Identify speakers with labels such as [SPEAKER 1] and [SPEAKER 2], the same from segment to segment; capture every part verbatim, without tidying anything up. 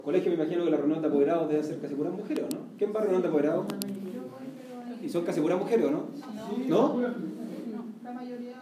[SPEAKER 1] Colegio, me imagino que la reunión de apoderados debe ser casi puras mujeres, ¿no? ¿Quién va a reunión de apoderados? ¿Y son casi puras mujeres, o no? ¿No?
[SPEAKER 2] No, la mayoría.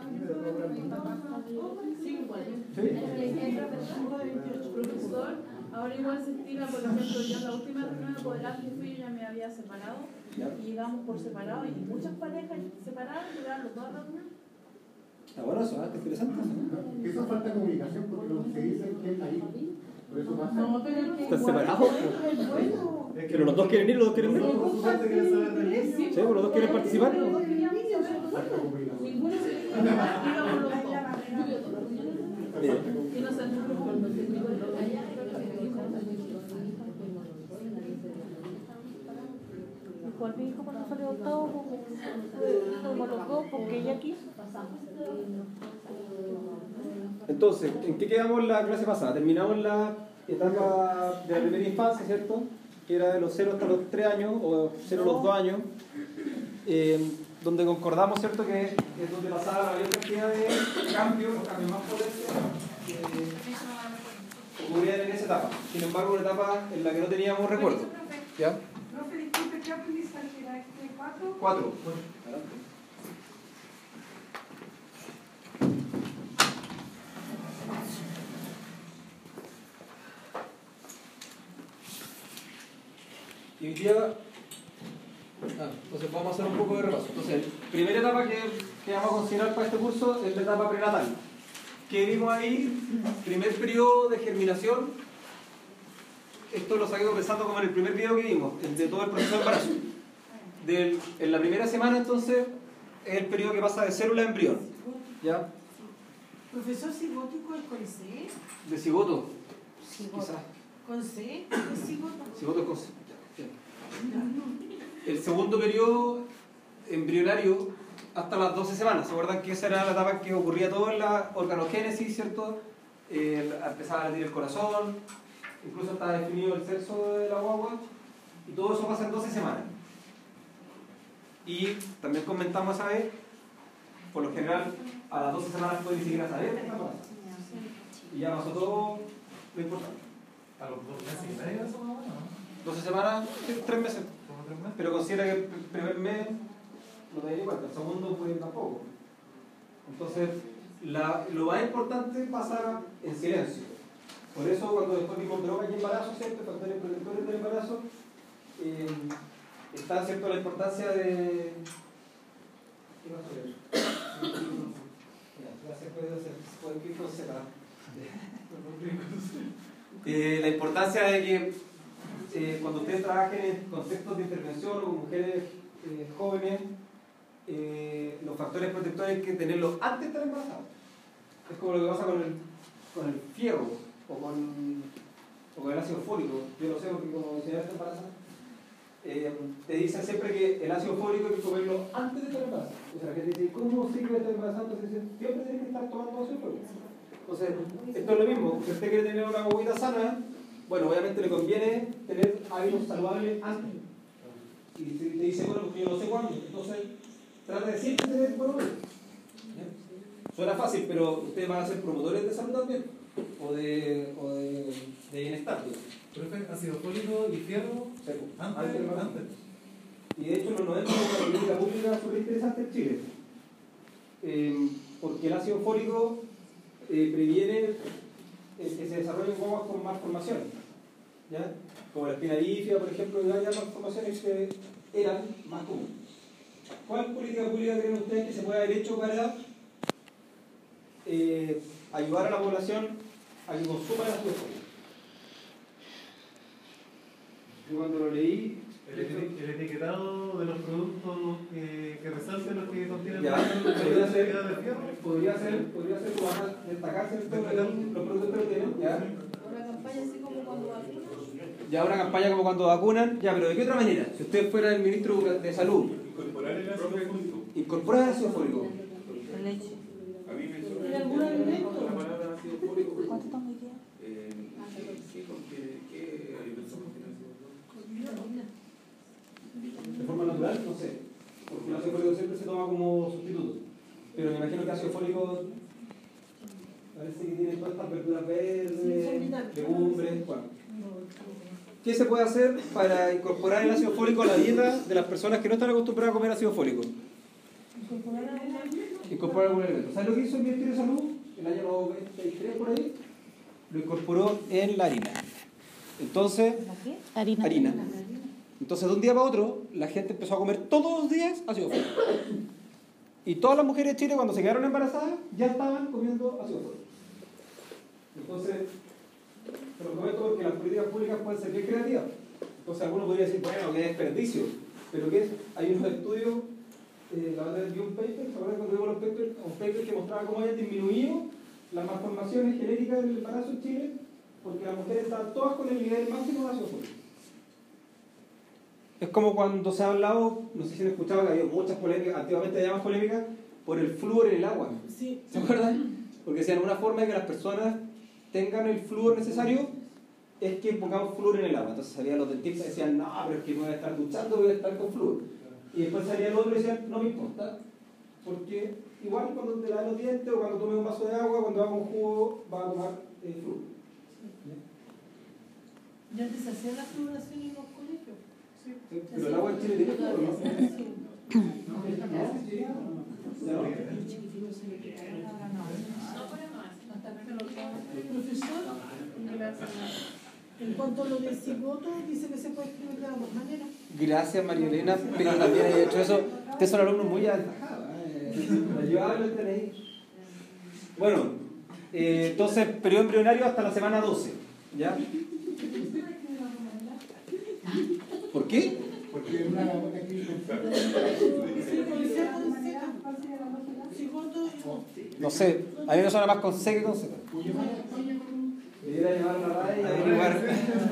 [SPEAKER 3] Sí, igual.
[SPEAKER 1] ¿Sí?
[SPEAKER 3] Profesor, ahora igual se estira, por ejemplo, yo en la última reunión de apoderados que fui, yo ya me había separado.
[SPEAKER 1] Ya.
[SPEAKER 3] Y llegamos por separado y muchas parejas separadas llegaron los dos a la reunión.
[SPEAKER 1] Está bueno eso, ¿eh? Está interesante. ¿No?
[SPEAKER 4] Eso falta de comunicación porque no se dice que es ahí. Por eso pasa.
[SPEAKER 3] No, pero es que
[SPEAKER 1] ¿Están
[SPEAKER 3] igual
[SPEAKER 1] separados?
[SPEAKER 3] es bueno.
[SPEAKER 1] Pero los dos quieren ir, los dos quieren ir.
[SPEAKER 3] Sí,
[SPEAKER 1] Sí, pues los dos quieren participar.
[SPEAKER 3] Los dos querían ir, o sea,
[SPEAKER 4] Falta de comunicación.
[SPEAKER 3] ninguno se íbamos los dos.
[SPEAKER 1] Bien.
[SPEAKER 3] Y no se
[SPEAKER 5] Igual mi hijo cuando salió octavo, como los dos, porque ella quiso.
[SPEAKER 1] Entonces, ¿en qué quedamos la clase pasada? Terminamos la etapa de la primera infancia, ¿cierto? Que era de los cero hasta los tres años, o cero a los dos años, eh, donde concordamos, ¿cierto?, que es donde pasaba la mayor cantidad de cambios, los cambios más potentes que ocurrían en esa etapa. Sin embargo, una etapa en la que no teníamos recuerdo. ¿Ya?
[SPEAKER 2] Profe, disculpe, ¿qué aprendizaje era este? ¿Cuatro?
[SPEAKER 1] Cuatro. Y hoy día, ah, entonces vamos a hacer un poco de repaso. Entonces, la primera etapa que, que vamos a considerar para este curso es la etapa prenatal. ¿Qué vimos ahí? Primer periodo de germinación. Esto lo saqué pensando como en el primer video que vimos, el de todo el proceso de embarazo. Del, en la primera semana, entonces, es el periodo que pasa de célula a embrión. ¿Ya?
[SPEAKER 2] Profesor, cigótico es con C.
[SPEAKER 1] De cigoto. Quizás.
[SPEAKER 2] ¿Con C? ¿Es cigoto?
[SPEAKER 1] Cigoto es con C. Ya. El segundo periodo embrionario hasta las doce semanas. ¿Se acuerdan que esa era la etapa en que ocurría todo en la organogénesis, ¿cierto? Eh, empezaba a latir el corazón, incluso estaba definido el sexo de la guagua, y todo eso pasa en doce semanas. Y también comentamos esa vez, por lo general, a las doce semanas puede ni siquiera saber qué está pasando. Y ya pasó todo lo importante.
[SPEAKER 6] A los dos meses y medio, eso más o menos, ¿no?
[SPEAKER 1] doce semanas, sí, tres meses.
[SPEAKER 6] ¿Como tres meses?
[SPEAKER 1] Pero considera que el primer mes no te da cuenta, el segundo pues tampoco. Entonces, la, lo más importante pasa en silencio. Por eso cuando después vimos drogas y embarazo, ¿cierto? Factores protectores del embarazo, eh, está, ¿cierto?, la importancia de... ¿Qué más sobre eso? Gracias, puede hacer, puede que no sepa. Eh, la importancia de que eh, cuando ustedes trabajen en contextos de intervención o con mujeres eh, jóvenes, eh, los factores protectores hay que tenerlos antes de estar embarazados. Es como lo que pasa con el, con el fierro o con, o con el ácido fólico. Yo lo sé porque como enseñaste está embarazada, eh, te dicen siempre que el ácido fólico hay que comerlo antes de estar embarazada. O sea, que te dicen, ¿cómo sirve estar embarazada? Entonces dicen, siempre tienes que estar tomando ácido fólico. Entonces, esto es lo mismo. Si usted quiere tener una bobita sana, bueno, obviamente le conviene tener hábitos saludables antes. Y te dice, bueno, porque yo no sé cuándo. Entonces, trata de siempre tener buenos hábitos. Suena fácil, pero ustedes van a ser promotores de salud también. O de, o de, de bienestar.
[SPEAKER 6] Profe, ácido fólico y fierro antes,
[SPEAKER 1] Antes,
[SPEAKER 6] antes.
[SPEAKER 1] Y de hecho, en los noventa hubo una política pública súper interesante en Chile. Eh, porque el ácido fólico eh, previene eh, que se desarrollen guaguas con malformaciones. ¿Ya? Como la espina bífida, por ejemplo, y varias malformaciones que eran más comunes. ¿Cuál política pública creen ustedes que se puede haber hecho para eh, ayudar a la población a que consuma el ácido fólico? Yo cuando lo leí...
[SPEAKER 6] El, eti- el etiquetado de los productos que, que resalten los que contienen
[SPEAKER 1] Ya,
[SPEAKER 6] más
[SPEAKER 1] podría ser,
[SPEAKER 6] cantidad de fierro.
[SPEAKER 1] podría ser, podría ser como más destacarse el tema de los productos que lo tienen, ya.
[SPEAKER 3] una campaña así como cuando vacunan.
[SPEAKER 1] Ya una campaña como cuando vacunan, ya, pero ¿de qué otra manera? Si usted fuera el ministro de Salud,
[SPEAKER 7] Incorporar el ácido fólico.
[SPEAKER 1] incorporar el ácido fólico.
[SPEAKER 5] La leche.
[SPEAKER 7] A mí me sorprende
[SPEAKER 3] ¿En algún alimento?
[SPEAKER 7] la palabra ácido fólico.
[SPEAKER 5] ¿Cuánto estamos hoy día?
[SPEAKER 7] Eh, sí, porque ¿qué alimentos contienen ácido fólico?
[SPEAKER 1] De forma natural, no sé. Porque el ácido fólico siempre se toma como sustituto. Pero me imagino que el ácido fólico parece que tiene todas estas verduras verdes, legumbres, bueno. ¿qué se puede hacer para incorporar el ácido fólico a la dieta de las personas que no están acostumbradas a comer ácido fólico? Incorporar algún elemento. ¿Sabes lo que hizo el Ministerio de Salud en el año noventa y tres por ahí? Lo incorporó en la harina. Entonces,
[SPEAKER 5] Harina.
[SPEAKER 1] harina. Entonces, de un día para otro, la gente empezó a comer todos los días ácido fólico. Y todas las mujeres de Chile, cuando se quedaron embarazadas, ya estaban comiendo ácido fólico. Entonces, te lo comento porque las políticas públicas pueden ser bien creativas. Entonces, algunos podrían decir, bueno, qué desperdicio. Pero ¿qué es? Hay unos estudios, eh, la otra vez vi un paper, ¿se acuerdan cuando vimos los papers? Un paper que mostraba cómo habían disminuido las malformaciones genéticas del embarazo en Chile, porque las mujeres estaban todas con el nivel máximo de ácido fólico. Es como cuando se ha hablado, no sé si han escuchado que había muchas polémicas, antiguamente había más polémicas, por el flúor en el agua.
[SPEAKER 2] Sí.
[SPEAKER 1] ¿Se acuerdan? Porque decían, una forma de que las personas tengan el flúor necesario es que pongamos flúor en el agua. Entonces salían los dentistas y decían, no, pero es que no voy a estar duchando, voy a estar con flúor. Y después salía el otro y decían, no me importa, porque igual cuando te laves los dientes o cuando tomes un vaso de agua, cuando hagas un jugo, vas a tomar eh, flúor.
[SPEAKER 2] Ya antes se hacía la fluoración en los colegios. Sí.
[SPEAKER 1] Sí, pero el agua en Chile tiene flúor, ¿no?
[SPEAKER 2] Profesor, en cuanto a lo del cigoto, dice que se puede escribir de las dos maneras.
[SPEAKER 1] Gracias, María Elena, pero también he hecho eso. Ustedes son alumnos muy aventajados. ¿eh? Yo hablo en ahí. Bueno, eh, entonces, periodo embrionario hasta la semana doce. ¿Ya? ¿Por qué?
[SPEAKER 4] Porque una gota aquí
[SPEAKER 1] No sé, a mí me suena más con C que con C. Debería llevar a la radio y averiguar.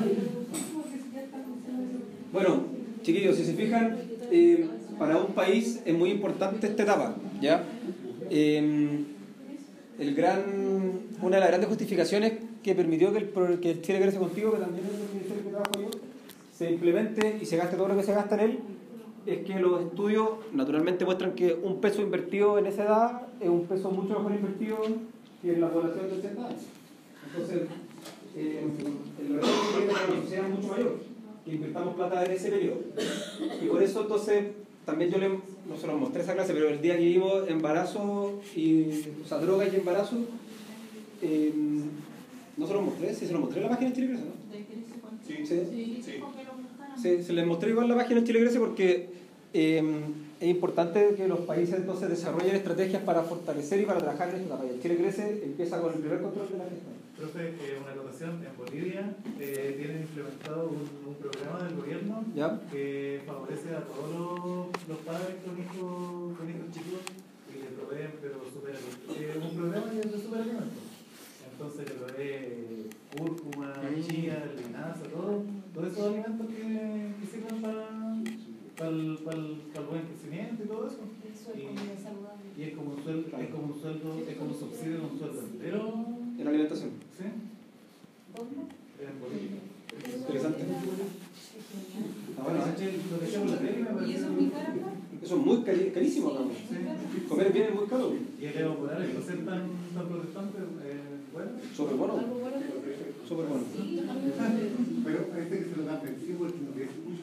[SPEAKER 1] Bueno, chiquillos, si se fijan, eh, para un país es muy importante esta etapa, ¿ya? Eh, el gran, una de las grandes justificaciones que permitió que el, que el Chile Crece Contigo, que también es el ministerio que trabajo yo, se implemente y se gaste todo lo que se gasta en él, es que los estudios naturalmente muestran que un peso invertido en esa edad es un peso mucho mejor invertido que en la población de ochenta años. Entonces, eh, el retorno que tiene para la sociedad es mucho mayor, que invirtamos plata en ese periodo. Y por eso, entonces, también yo le, no se los mostré esa clase, pero el día que vimos embarazo, y, o sea, drogas y embarazo, eh, no se los mostré, sí se los mostré en la página de Chile Crece, ¿no?
[SPEAKER 7] Sí,
[SPEAKER 1] Sí.
[SPEAKER 7] sí. sí.
[SPEAKER 1] Sí, se les mostré igual la página en Chile Crece porque eh, es importante que los países entonces desarrollen estrategias para fortalecer y para trabajar en esta etapa. Y el Chile Crece empieza con el primer control de la gestión.
[SPEAKER 6] Profe, eh, una acotación, en Bolivia eh, tienen implementado un, un programa del gobierno
[SPEAKER 1] ¿Ya?
[SPEAKER 6] que favorece a todos los, los padres con hijos, con hijos chicos y le proveen, pero superalimentos. Eh, un programa de superalimentos. Entonces le provee cúrcuma, chía, linaza, todo, todos esos alimentos que, que sirven para, para, el, para, el, para el buen crecimiento y todo eso. Y, y es como un sueldo, es como un sueldo, es como un subsidio de un sueldo entero.
[SPEAKER 1] En la alimentación.
[SPEAKER 6] ¿Sí? En Bolivia.
[SPEAKER 1] Interesante. Ah, bueno,
[SPEAKER 6] Lo que hacemos la tele, me
[SPEAKER 2] ¿Y eso es muy caro acá?
[SPEAKER 1] eso es muy cari carísimo acá.
[SPEAKER 6] Sí.
[SPEAKER 1] Comer bien es muy caro.
[SPEAKER 6] Y el Evo Morales, no ser tan, tan protestante, eh, bueno.
[SPEAKER 1] Súper bueno. Súper bueno.
[SPEAKER 4] pero parece que se lo dan vencido porque no es mucho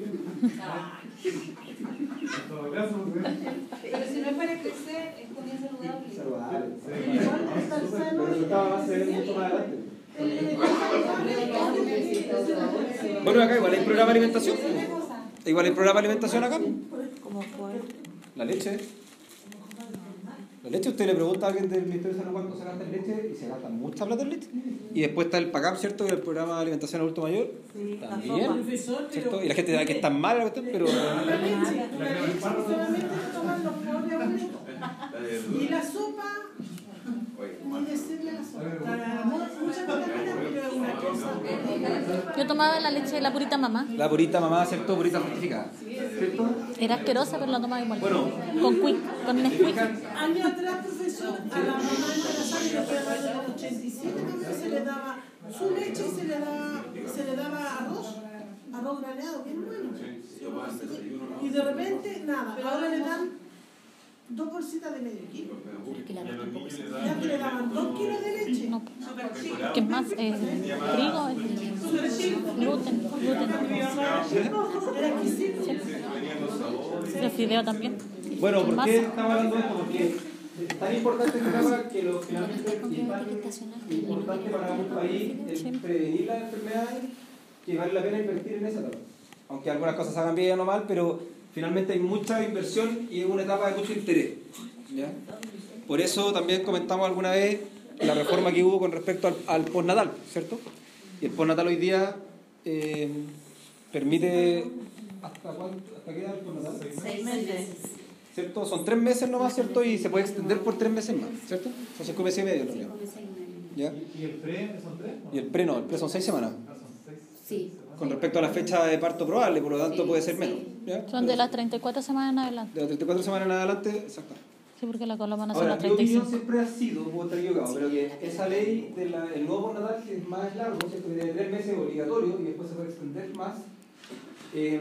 [SPEAKER 6] En todo caso,
[SPEAKER 8] Pero si no es para crecer, es comida saludable.
[SPEAKER 1] Saludable.
[SPEAKER 6] sí.
[SPEAKER 2] Igual está el
[SPEAKER 1] Pero
[SPEAKER 2] seno
[SPEAKER 1] el
[SPEAKER 2] y-
[SPEAKER 1] resultado va a ser mucho más adelante.
[SPEAKER 2] el- el está saludable.
[SPEAKER 1] Bueno, acá igual hay programa de alimentación. Igual hay programa de alimentación acá.
[SPEAKER 5] Como fue.
[SPEAKER 1] La leche. La leche, usted le pregunta a alguien del Ministerio de Salud cuánto se gasta en leche y se gasta mucha plata en leche. Y después está el PACAP, ¿cierto? El programa de alimentación adulto mayor.
[SPEAKER 5] Sí,
[SPEAKER 1] También.
[SPEAKER 2] Profesor,
[SPEAKER 1] ¿Cierto?
[SPEAKER 2] pero
[SPEAKER 1] Y la gente dirá que está mal la cuestión, pero.
[SPEAKER 2] la leche, la leche solamente lo toman los pobres abuelos. Y la sopa, ni decirle la sopa. Para mucha vitamina, pero es una cosa.
[SPEAKER 5] Yo tomaba la leche de la purita mamá.
[SPEAKER 1] La purita mamá, ¿cierto? Purita fortificada. ¿Cierto?
[SPEAKER 5] Era asquerosa, pero la tomaba igual.
[SPEAKER 1] Bueno.
[SPEAKER 5] Con quick, con
[SPEAKER 1] ¿Se
[SPEAKER 5] Nesquik.
[SPEAKER 1] fijan?
[SPEAKER 2] Años atrás, profesor, a la mamá embarazada, yo estoy hablando del ochenta y siete, también se le daba su leche y se le daba, se le daba arroz, arroz graneado, bien bueno. Y de repente, nada, ahora le dan dos bolsitas de medio kilo.
[SPEAKER 5] Que la tampoco se-
[SPEAKER 2] Ya que le daban dos kilos de leche.
[SPEAKER 5] No, que es más eh, trigo. es- Gluten, gluten.
[SPEAKER 2] Era exquisito.
[SPEAKER 5] El fideo también.
[SPEAKER 1] Bueno, ¿por
[SPEAKER 5] Masa.
[SPEAKER 1] qué estamos hablando de esto? Porque es tan importante este tema que lo finalmente es tan importante para un país el prevenir las enfermedades que vale la pena invertir en esa etapa. Aunque algunas cosas se hagan bien o mal, pero finalmente hay mucha inversión y es una etapa de mucho interés. ¿Ya? Por eso también comentamos alguna vez la reforma que hubo con respecto al, al postnatal, ¿cierto? Y el postnatal hoy día eh, permite... ¿Hasta, cuánto, ¿Hasta qué edad el postnatal?
[SPEAKER 8] Seis meses.
[SPEAKER 1] ¿Cierto? Son tres meses nomás, ¿cierto? Y se puede extender por tres meses más, ¿cierto? Son cinco meses y medio en realidad. ¿Ya?
[SPEAKER 6] ¿Y el pre son tres?
[SPEAKER 1] Y el pre no, el pre son seis semanas.
[SPEAKER 6] Ah, son seis.
[SPEAKER 8] Sí.
[SPEAKER 1] Con respecto a la fecha de parto probable, por lo tanto
[SPEAKER 8] Sí,
[SPEAKER 1] puede ser
[SPEAKER 8] sí.
[SPEAKER 1] menos. ¿Ya?
[SPEAKER 5] Son de las treinta y cuatro semanas en adelante.
[SPEAKER 1] De las treinta y cuatro semanas en adelante, exacto.
[SPEAKER 5] Sí, porque la colomana son
[SPEAKER 1] Ahora,
[SPEAKER 5] las
[SPEAKER 1] mi
[SPEAKER 5] treinta y
[SPEAKER 1] opinión
[SPEAKER 5] cinco.
[SPEAKER 1] siempre ha sido, puedo estar equivocado, pero que esa ley del nuevo postnatal, que es más largo, ¿cierto? Que tiene tres meses obligatorio y después se puede extender más, eh,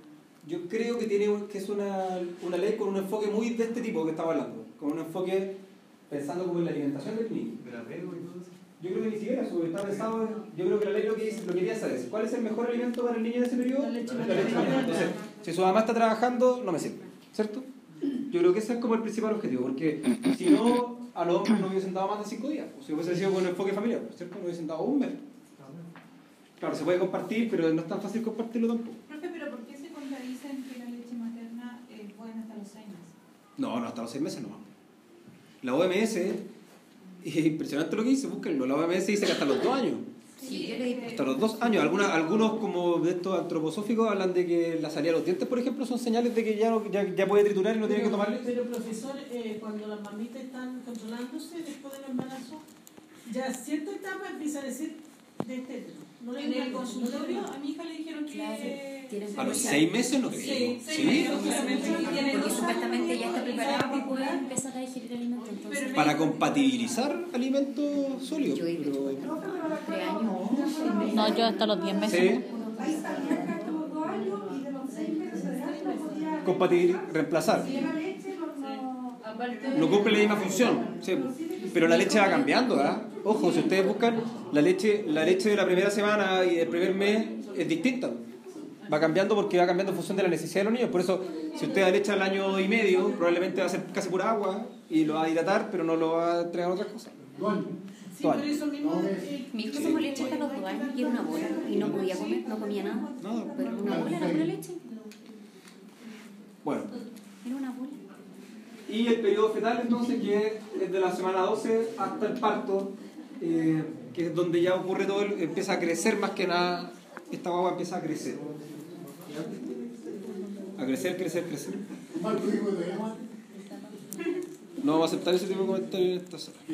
[SPEAKER 1] yo creo que tiene que es una, una ley con un enfoque muy de este tipo que estaba hablando, con un enfoque pensando como en la alimentación del niño.
[SPEAKER 6] ¿Del apego y todo eso?
[SPEAKER 1] Yo creo que ni siquiera eso, está pensado, yo creo que la ley lo que, dice, lo que piensa es, ¿cuál es el mejor alimento para el niño en ese periodo?
[SPEAKER 2] La leche
[SPEAKER 1] materna.
[SPEAKER 2] materna.
[SPEAKER 1] Entonces, si su mamá está trabajando, no me sirve, ¿cierto? Yo creo que ese es como el principal objetivo, porque si no, a los hombres no hubiesen dado más de cinco días, o si hubiese sido con el enfoque familiar, ¿cierto? No hubiesen dado un mes. Claro, se puede compartir, pero no es tan fácil compartirlo tampoco.
[SPEAKER 8] Profe, pero ¿por qué se contradicen que la leche materna es buena hasta los seis meses?
[SPEAKER 1] No, no, hasta los seis meses no. La O M S, es impresionante lo que dice, búsquenlo, la O M S dice que hasta los dos años.
[SPEAKER 8] Sí, yo leí.
[SPEAKER 1] Hasta los dos años. Algunas, algunos como de estos antroposóficos hablan de que la salida de los dientes, por ejemplo, son señales de que ya, no, ya, ya puede triturar y no tiene que tomar leche.
[SPEAKER 2] Pero profesor, eh, cuando las mamitas están controlándose después del embarazo, ya a cierta etapa empieza a decir de este no le
[SPEAKER 8] En el
[SPEAKER 2] digan,
[SPEAKER 8] consultorio
[SPEAKER 2] no le
[SPEAKER 8] a mi hija le dijeron que...
[SPEAKER 7] Tienen
[SPEAKER 1] A los seis meses no creo.
[SPEAKER 8] Sí, seis
[SPEAKER 1] ¿Sí?
[SPEAKER 8] meses, justamente, y tiene
[SPEAKER 7] Porque
[SPEAKER 8] dos
[SPEAKER 7] supuestamente
[SPEAKER 8] años
[SPEAKER 7] ya está
[SPEAKER 8] de
[SPEAKER 7] preparada para
[SPEAKER 8] articular.
[SPEAKER 7] poder empezar a digerir alimentos. Entonces,
[SPEAKER 8] Pero
[SPEAKER 1] Para compatibilizar alimentos sólidos.
[SPEAKER 7] yo he hecho
[SPEAKER 1] Pero...
[SPEAKER 7] tres años.
[SPEAKER 5] No, yo hasta los diez meses.
[SPEAKER 1] Sí.
[SPEAKER 9] Ahí sabía que hasta los dos años y de los seis meses adelante no podía...
[SPEAKER 1] Compatibil, reemplazar.
[SPEAKER 9] Si lleva leche, no... no...
[SPEAKER 3] Aparte,
[SPEAKER 1] No cumple la misma función. Sí. Pero la leche va cambiando, ¿ah? Ojo, si ustedes buscan, la leche, la leche de la primera semana y del primer mes es distinta. Va cambiando porque va cambiando en función de la necesidad de los niños. Por eso, si usted da leche al año y medio, probablemente va a ser casi pura agua y lo va a hidratar, pero no lo va a entregar otras cosas.
[SPEAKER 2] Sí, por eso mismo. eh,
[SPEAKER 7] Mi hijo tomó leche hasta los dos años y era una bola. Y no podía comer, no comía nada.
[SPEAKER 1] Nada.
[SPEAKER 7] Pero era una bola, era pura leche.
[SPEAKER 1] Bueno.
[SPEAKER 7] Era una bola.
[SPEAKER 1] Y el periodo fetal, entonces, que es de la semana doce hasta el parto, eh, que es donde ya ocurre todo, el- empieza a crecer más que nada, esta guagua empieza a crecer. ¿Ya? A crecer, crecer, crecer. No vamos a aceptar ese tipo de comentarios en esta sala.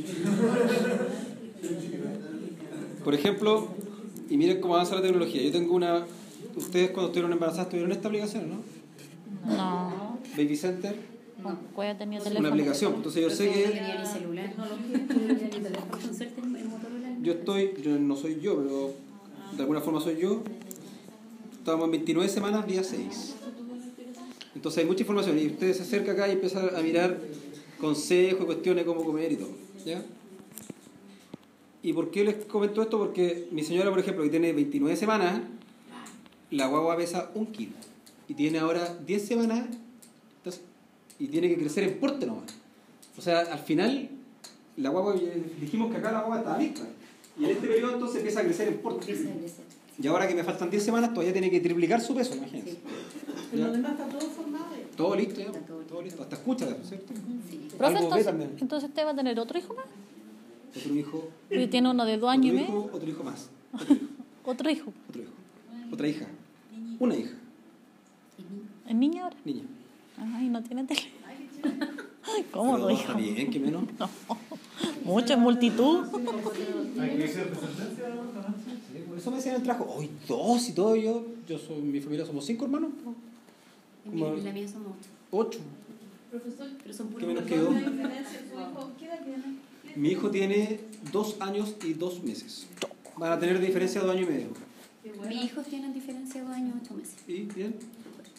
[SPEAKER 1] Por ejemplo, y miren cómo avanza la tecnología. Yo tengo una... Ustedes cuando estuvieron embarazadas tuvieron esta aplicación, ¿no?
[SPEAKER 5] No.
[SPEAKER 1] Baby Center.
[SPEAKER 5] Bueno, pues tenía
[SPEAKER 1] Una
[SPEAKER 5] teléfono.
[SPEAKER 1] aplicación. Entonces yo sé
[SPEAKER 7] No
[SPEAKER 1] que...
[SPEAKER 7] tenía ni celular. Con suerte en Motorola.
[SPEAKER 1] Yo estoy, yo no soy yo, pero de alguna forma soy yo. Estamos en veintinueve semanas, día seis. Entonces hay mucha información y usted se acerca acá y empieza a mirar consejos, cuestiones, cómo comer y todo. ¿Ya? ¿Y por qué les comento esto? Porque mi señora, por ejemplo, que tiene veintinueve semanas, la guagua pesa un kilo. Y tiene ahora diez semanas entonces, y tiene que crecer en porte nomás. O sea, al final, la guagua, dijimos que acá la guagua estaba lista. Y en este periodo entonces empieza a crecer en porte.
[SPEAKER 7] Empieza a crecer.
[SPEAKER 1] Y ahora que me faltan diez semanas, todavía tiene que triplicar su peso, imagínense.
[SPEAKER 7] Sí.
[SPEAKER 2] Pero lo demás está todo formado.
[SPEAKER 1] Todo listo ya.
[SPEAKER 7] Está todo
[SPEAKER 1] Todo listo. Hasta escucha, ¿cierto?
[SPEAKER 7] Sí.
[SPEAKER 5] Profe,
[SPEAKER 1] Algo ve
[SPEAKER 5] entonces,
[SPEAKER 1] también.
[SPEAKER 5] entonces usted va a tener otro hijo más.
[SPEAKER 1] Otro hijo.
[SPEAKER 5] Porque tiene uno de dos
[SPEAKER 1] Otro
[SPEAKER 5] años y
[SPEAKER 1] hijo,
[SPEAKER 5] medio.
[SPEAKER 1] otro hijo más. Otro hijo.
[SPEAKER 5] Otro hijo.
[SPEAKER 1] Otro hijo. Otra hija. Una hija.
[SPEAKER 5] ¿Es niña ahora?
[SPEAKER 1] Niña.
[SPEAKER 5] Ay, no tiene tele. ¿Cómo
[SPEAKER 1] Pero
[SPEAKER 5] lo
[SPEAKER 1] está
[SPEAKER 5] dijo?
[SPEAKER 1] bien, que menos.
[SPEAKER 5] No. Mucho en multitud.
[SPEAKER 6] ¿Hay que decir descendencia?
[SPEAKER 1] Sí, por eso me decían en el trabajo, hoy dos y todo. Yo, yo soy, mi familia somos cinco hermanos.
[SPEAKER 7] En mi- en la mía somos ocho.
[SPEAKER 1] Ocho.
[SPEAKER 3] profesor,
[SPEAKER 7] Pero son
[SPEAKER 1] ¿Qué
[SPEAKER 7] puros
[SPEAKER 1] menos
[SPEAKER 3] ¿cuál
[SPEAKER 1] quedó?
[SPEAKER 3] es la diferencia? ¿Su hijo qué edad tiene?
[SPEAKER 1] Mi hijo tiene dos años y dos meses. Van a tener diferencia de dos años y medio.
[SPEAKER 3] Qué bueno.
[SPEAKER 7] Mis hijos tienen diferencia de dos años y ocho meses.
[SPEAKER 1] ¿Y bien?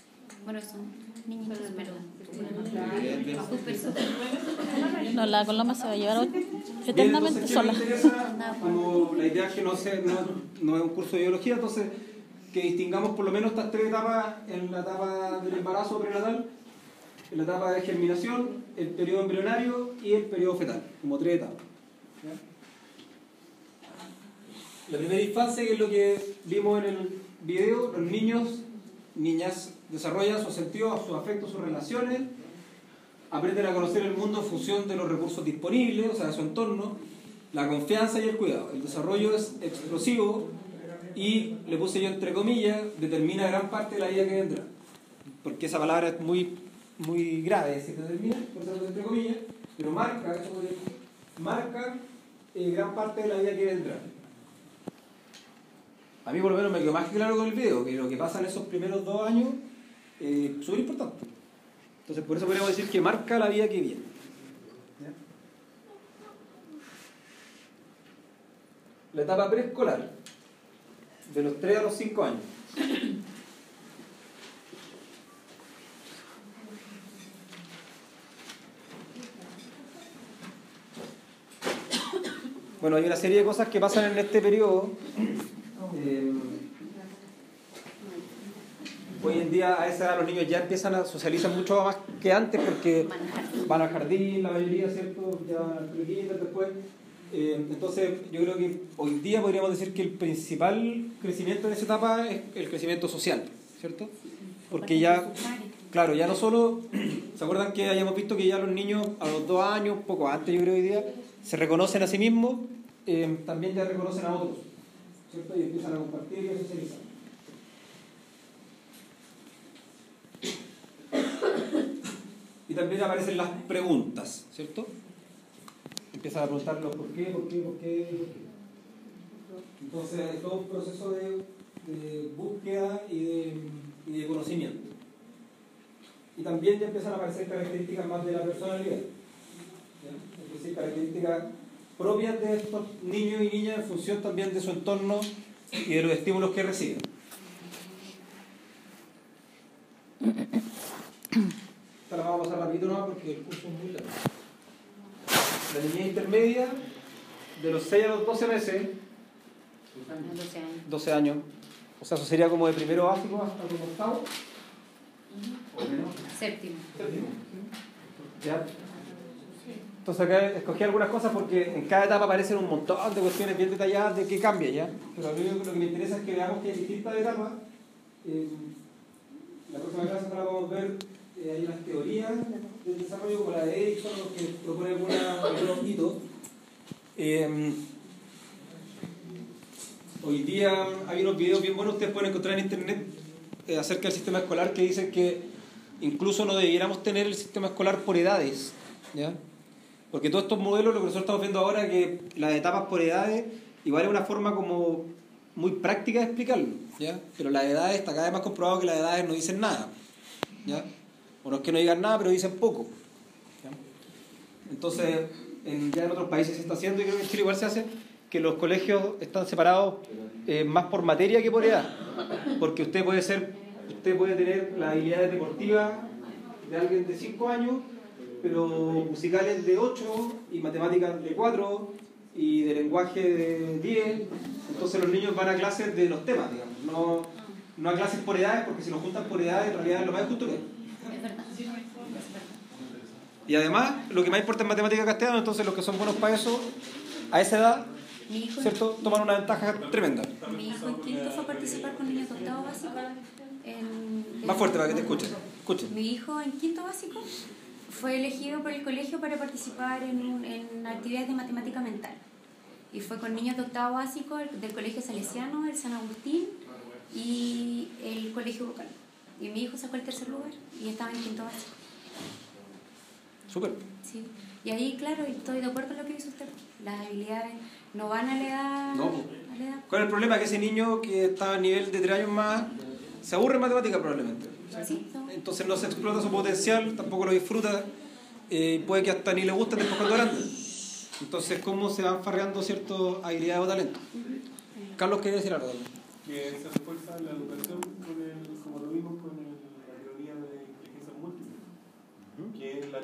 [SPEAKER 10] Bueno, son niñitos, pero súper, súper.
[SPEAKER 5] No, la Coloma se va a llevar
[SPEAKER 1] Bien,
[SPEAKER 5] eternamente
[SPEAKER 1] entonces,
[SPEAKER 5] sola.
[SPEAKER 1] ¿qué me interesa? Como la idea es que no, sé, no, no es un curso de biología, entonces que distingamos por lo menos estas tres etapas en la etapa del embarazo prenatal, en la etapa de germinación, el periodo embrionario y el periodo fetal, como tres etapas. ¿Ya? La primera infancia, que es lo que vimos en el video, los niños, niñas desarrollan sus sentidos, sus afectos, sus relaciones, aprenden a conocer el mundo en función de los recursos disponibles, o sea, de su entorno, la confianza y el cuidado. El desarrollo es explosivo y, le puse yo entre comillas, determina gran parte de la vida que vendrá. Porque esa palabra es muy, muy grave, si determina, por eso entre comillas, pero marca, eso marca eh, gran parte de la vida que vendrá. A mí por lo menos me quedó más que claro con el video, que lo que pasa en esos primeros dos años es eh, súper importante. Entonces por eso podríamos decir que marca la vida que viene. ¿Ya? La etapa preescolar, de los tres a los cinco años. Bueno, hay una serie de cosas que pasan en este periodo. Eh, hoy en día a esa edad los niños ya empiezan a socializar mucho más que antes porque van al jardín, la mayoría, ¿cierto? Ya al colegio después. Eh, entonces yo creo que hoy día podríamos decir que el principal crecimiento en esa etapa es el crecimiento social, ¿cierto? Porque ya, claro, ya no solo, ¿se acuerdan que hayamos visto que ya los niños a los dos años, poco antes yo creo hoy día, se reconocen a sí mismos, eh, también ya reconocen a otros, ¿cierto? Y empiezan a compartir y a socializar. Y también aparecen las preguntas, ¿cierto? Empiezan a preguntarlos por qué, por qué, por qué, por qué. Entonces es todo un proceso de, de búsqueda y de, y de conocimiento. Y también ya empiezan a aparecer características más de la personalidad, ¿ya? Es decir, características propias de estos niños y niñas en función también de su entorno y de los estímulos que reciben. Esta la vamos a pasar rápido, ¿no? Porque el curso es muy largo. La niñez intermedia, de los seis a los doce meses, doce años, o sea, eso sería como de primero básico hasta como octavo, o menos.
[SPEAKER 10] Séptimo.
[SPEAKER 1] Séptimo. ¿Ya? Entonces acá escogí algunas cosas porque en cada etapa aparecen un montón de cuestiones bien detalladas de qué cambia, ¿ya? Pero a mí lo que me interesa es que veamos que hay distintas etapas. Eh, la próxima clase la vamos a ver. Eh, hay unas teorías del desarrollo como la de Erickson, que propone algunos hitos. Eh, hoy día hay unos videos bien buenos, ustedes pueden encontrar en internet eh, acerca del sistema escolar que dicen que incluso no debiéramos tener el sistema escolar por edades, ¿ya? Porque todos estos modelos, lo que nosotros estamos viendo ahora, que las etapas por edades, igual es una forma como muy práctica de explicarlo, ¿ya? Pero las edades, está cada vez más comprobado que las edades no dicen nada, ¿ya? O no es que no digan nada, pero dicen poco, ¿ya? Entonces, en, ya en otros países se está haciendo, y creo que en Chile igual se hace, que los colegios están separados eh, más por materia que por edad. Porque usted puede ser, usted puede tener las habilidades deportivas de alguien de cinco años, pero musicales de ocho, y matemáticas de cuatro, y de lenguaje de diez. Entonces los niños van a clases de los temas, digamos, no, no a clases por edades, porque si los juntan por edades, en realidad es lo más justo que es. Y además, lo que más importa es matemática castellano, entonces los que son buenos para eso, a esa edad, ¿cierto?, toman una ventaja tremenda.
[SPEAKER 10] Mi hijo en quinto fue a participar con niños de octavo básico. En,
[SPEAKER 1] más fuerte para que te escuchen. escuchen.
[SPEAKER 10] Mi hijo en quinto básico fue elegido por el colegio para participar en, un, en actividades de matemática mental. Y fue con niños de octavo básico del colegio salesiano, el San Agustín y el colegio vocal. Y mi hijo sacó el tercer lugar y estaba en quinto básico.
[SPEAKER 1] Súper.
[SPEAKER 10] Sí. Y ahí, claro, estoy de acuerdo con lo que dice usted. Las habilidades no van a la edad.
[SPEAKER 1] No.
[SPEAKER 10] A la edad.
[SPEAKER 1] ¿Cuál es el problema? Que ese niño que está a nivel de tres años más se aburre en matemática probablemente.
[SPEAKER 10] Sí, no.
[SPEAKER 1] Entonces no se explota su potencial, tampoco lo disfruta, eh, puede que hasta ni le guste después cuando grande. Entonces, ¿cómo se van farreando ciertas habilidades o talentos? Uh-huh. Carlos, ¿qué decir algo?
[SPEAKER 11] Que se refuerza la educación con el, como lo vimos con el, la teoría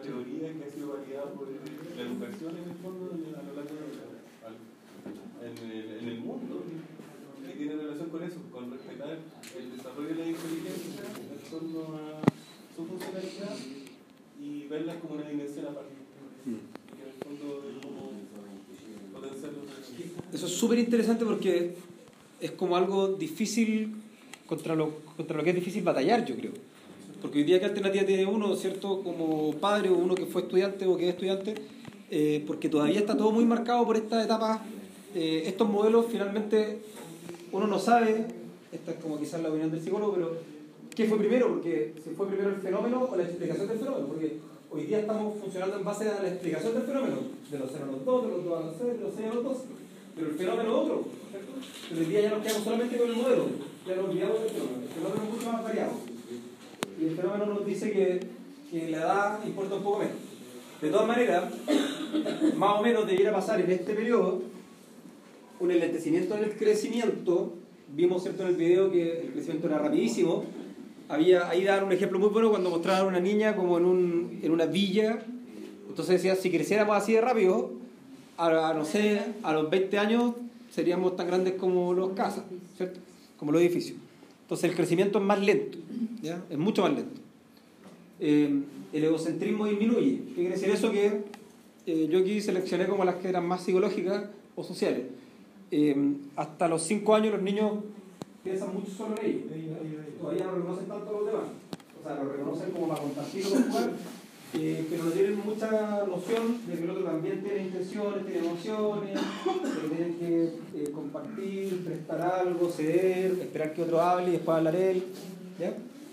[SPEAKER 11] teoría que ha sido validada por la educación en el fondo a lo largo de, en, el, en el mundo, que tiene relación con eso, con respetar el desarrollo de la inteligencia en torno a su funcionalidad y verlas como una dimensión aparte. Mm. Que en el fondo es como potenciarlo.
[SPEAKER 1] Eso es súper interesante porque es como algo difícil contra lo, contra lo que es difícil batallar, yo creo. Porque hoy día, ¿qué alternativa tiene uno, cierto, como padre o uno que fue estudiante o que es estudiante? Eh, porque todavía está todo muy marcado por esta etapa. Eh, estos modelos, finalmente, uno no sabe, esta es como quizás la opinión del psicólogo, pero ¿qué fue primero? Porque si fue primero el fenómeno o la explicación del fenómeno. Porque hoy día estamos funcionando en base a la explicación del fenómeno, de los cero a los dos, de los dos a los seis, de los seis a los doce. Pero el fenómeno es otro, ¿cierto? Pero hoy día ya nos quedamos solamente con el modelo, ya nos olvidamos del fenómeno. El fenómeno es mucho más variado. Y el fenómeno nos dice que, que la edad importa un poco menos. De todas maneras, más o menos debiera pasar en este periodo un enlentecimiento en el crecimiento. Vimos, ¿cierto?, en el video que el crecimiento era rapidísimo. Había, ahí daban un ejemplo muy bueno cuando mostraban a una niña como en, un, en una villa. Entonces decía, si creciéramos así de rápido, a, a no sé, a los veinte años seríamos tan grandes como los casas, ¿cierto?, como los edificios. Entonces el crecimiento es más lento, ¿ya? Es mucho más lento. Eh, el egocentrismo disminuye. ¿Qué quiere decir eso? Que eh, yo aquí seleccioné como las que eran más psicológicas o sociales. Eh, hasta los cinco años los niños piensan mucho solo en ellos. Todavía no reconocen tanto a los demás. O sea, lo reconocen como para compartir o jugar, eh, pero no tienen mucha noción de que el otro también tiene intenciones, tiene emociones, que tienen que eh, compartir, prestar algo, ceder, esperar que otro hable y después hablar él. ¿Ya?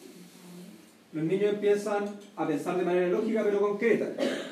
[SPEAKER 1] Los niños empiezan a pensar de manera lógica pero concreta.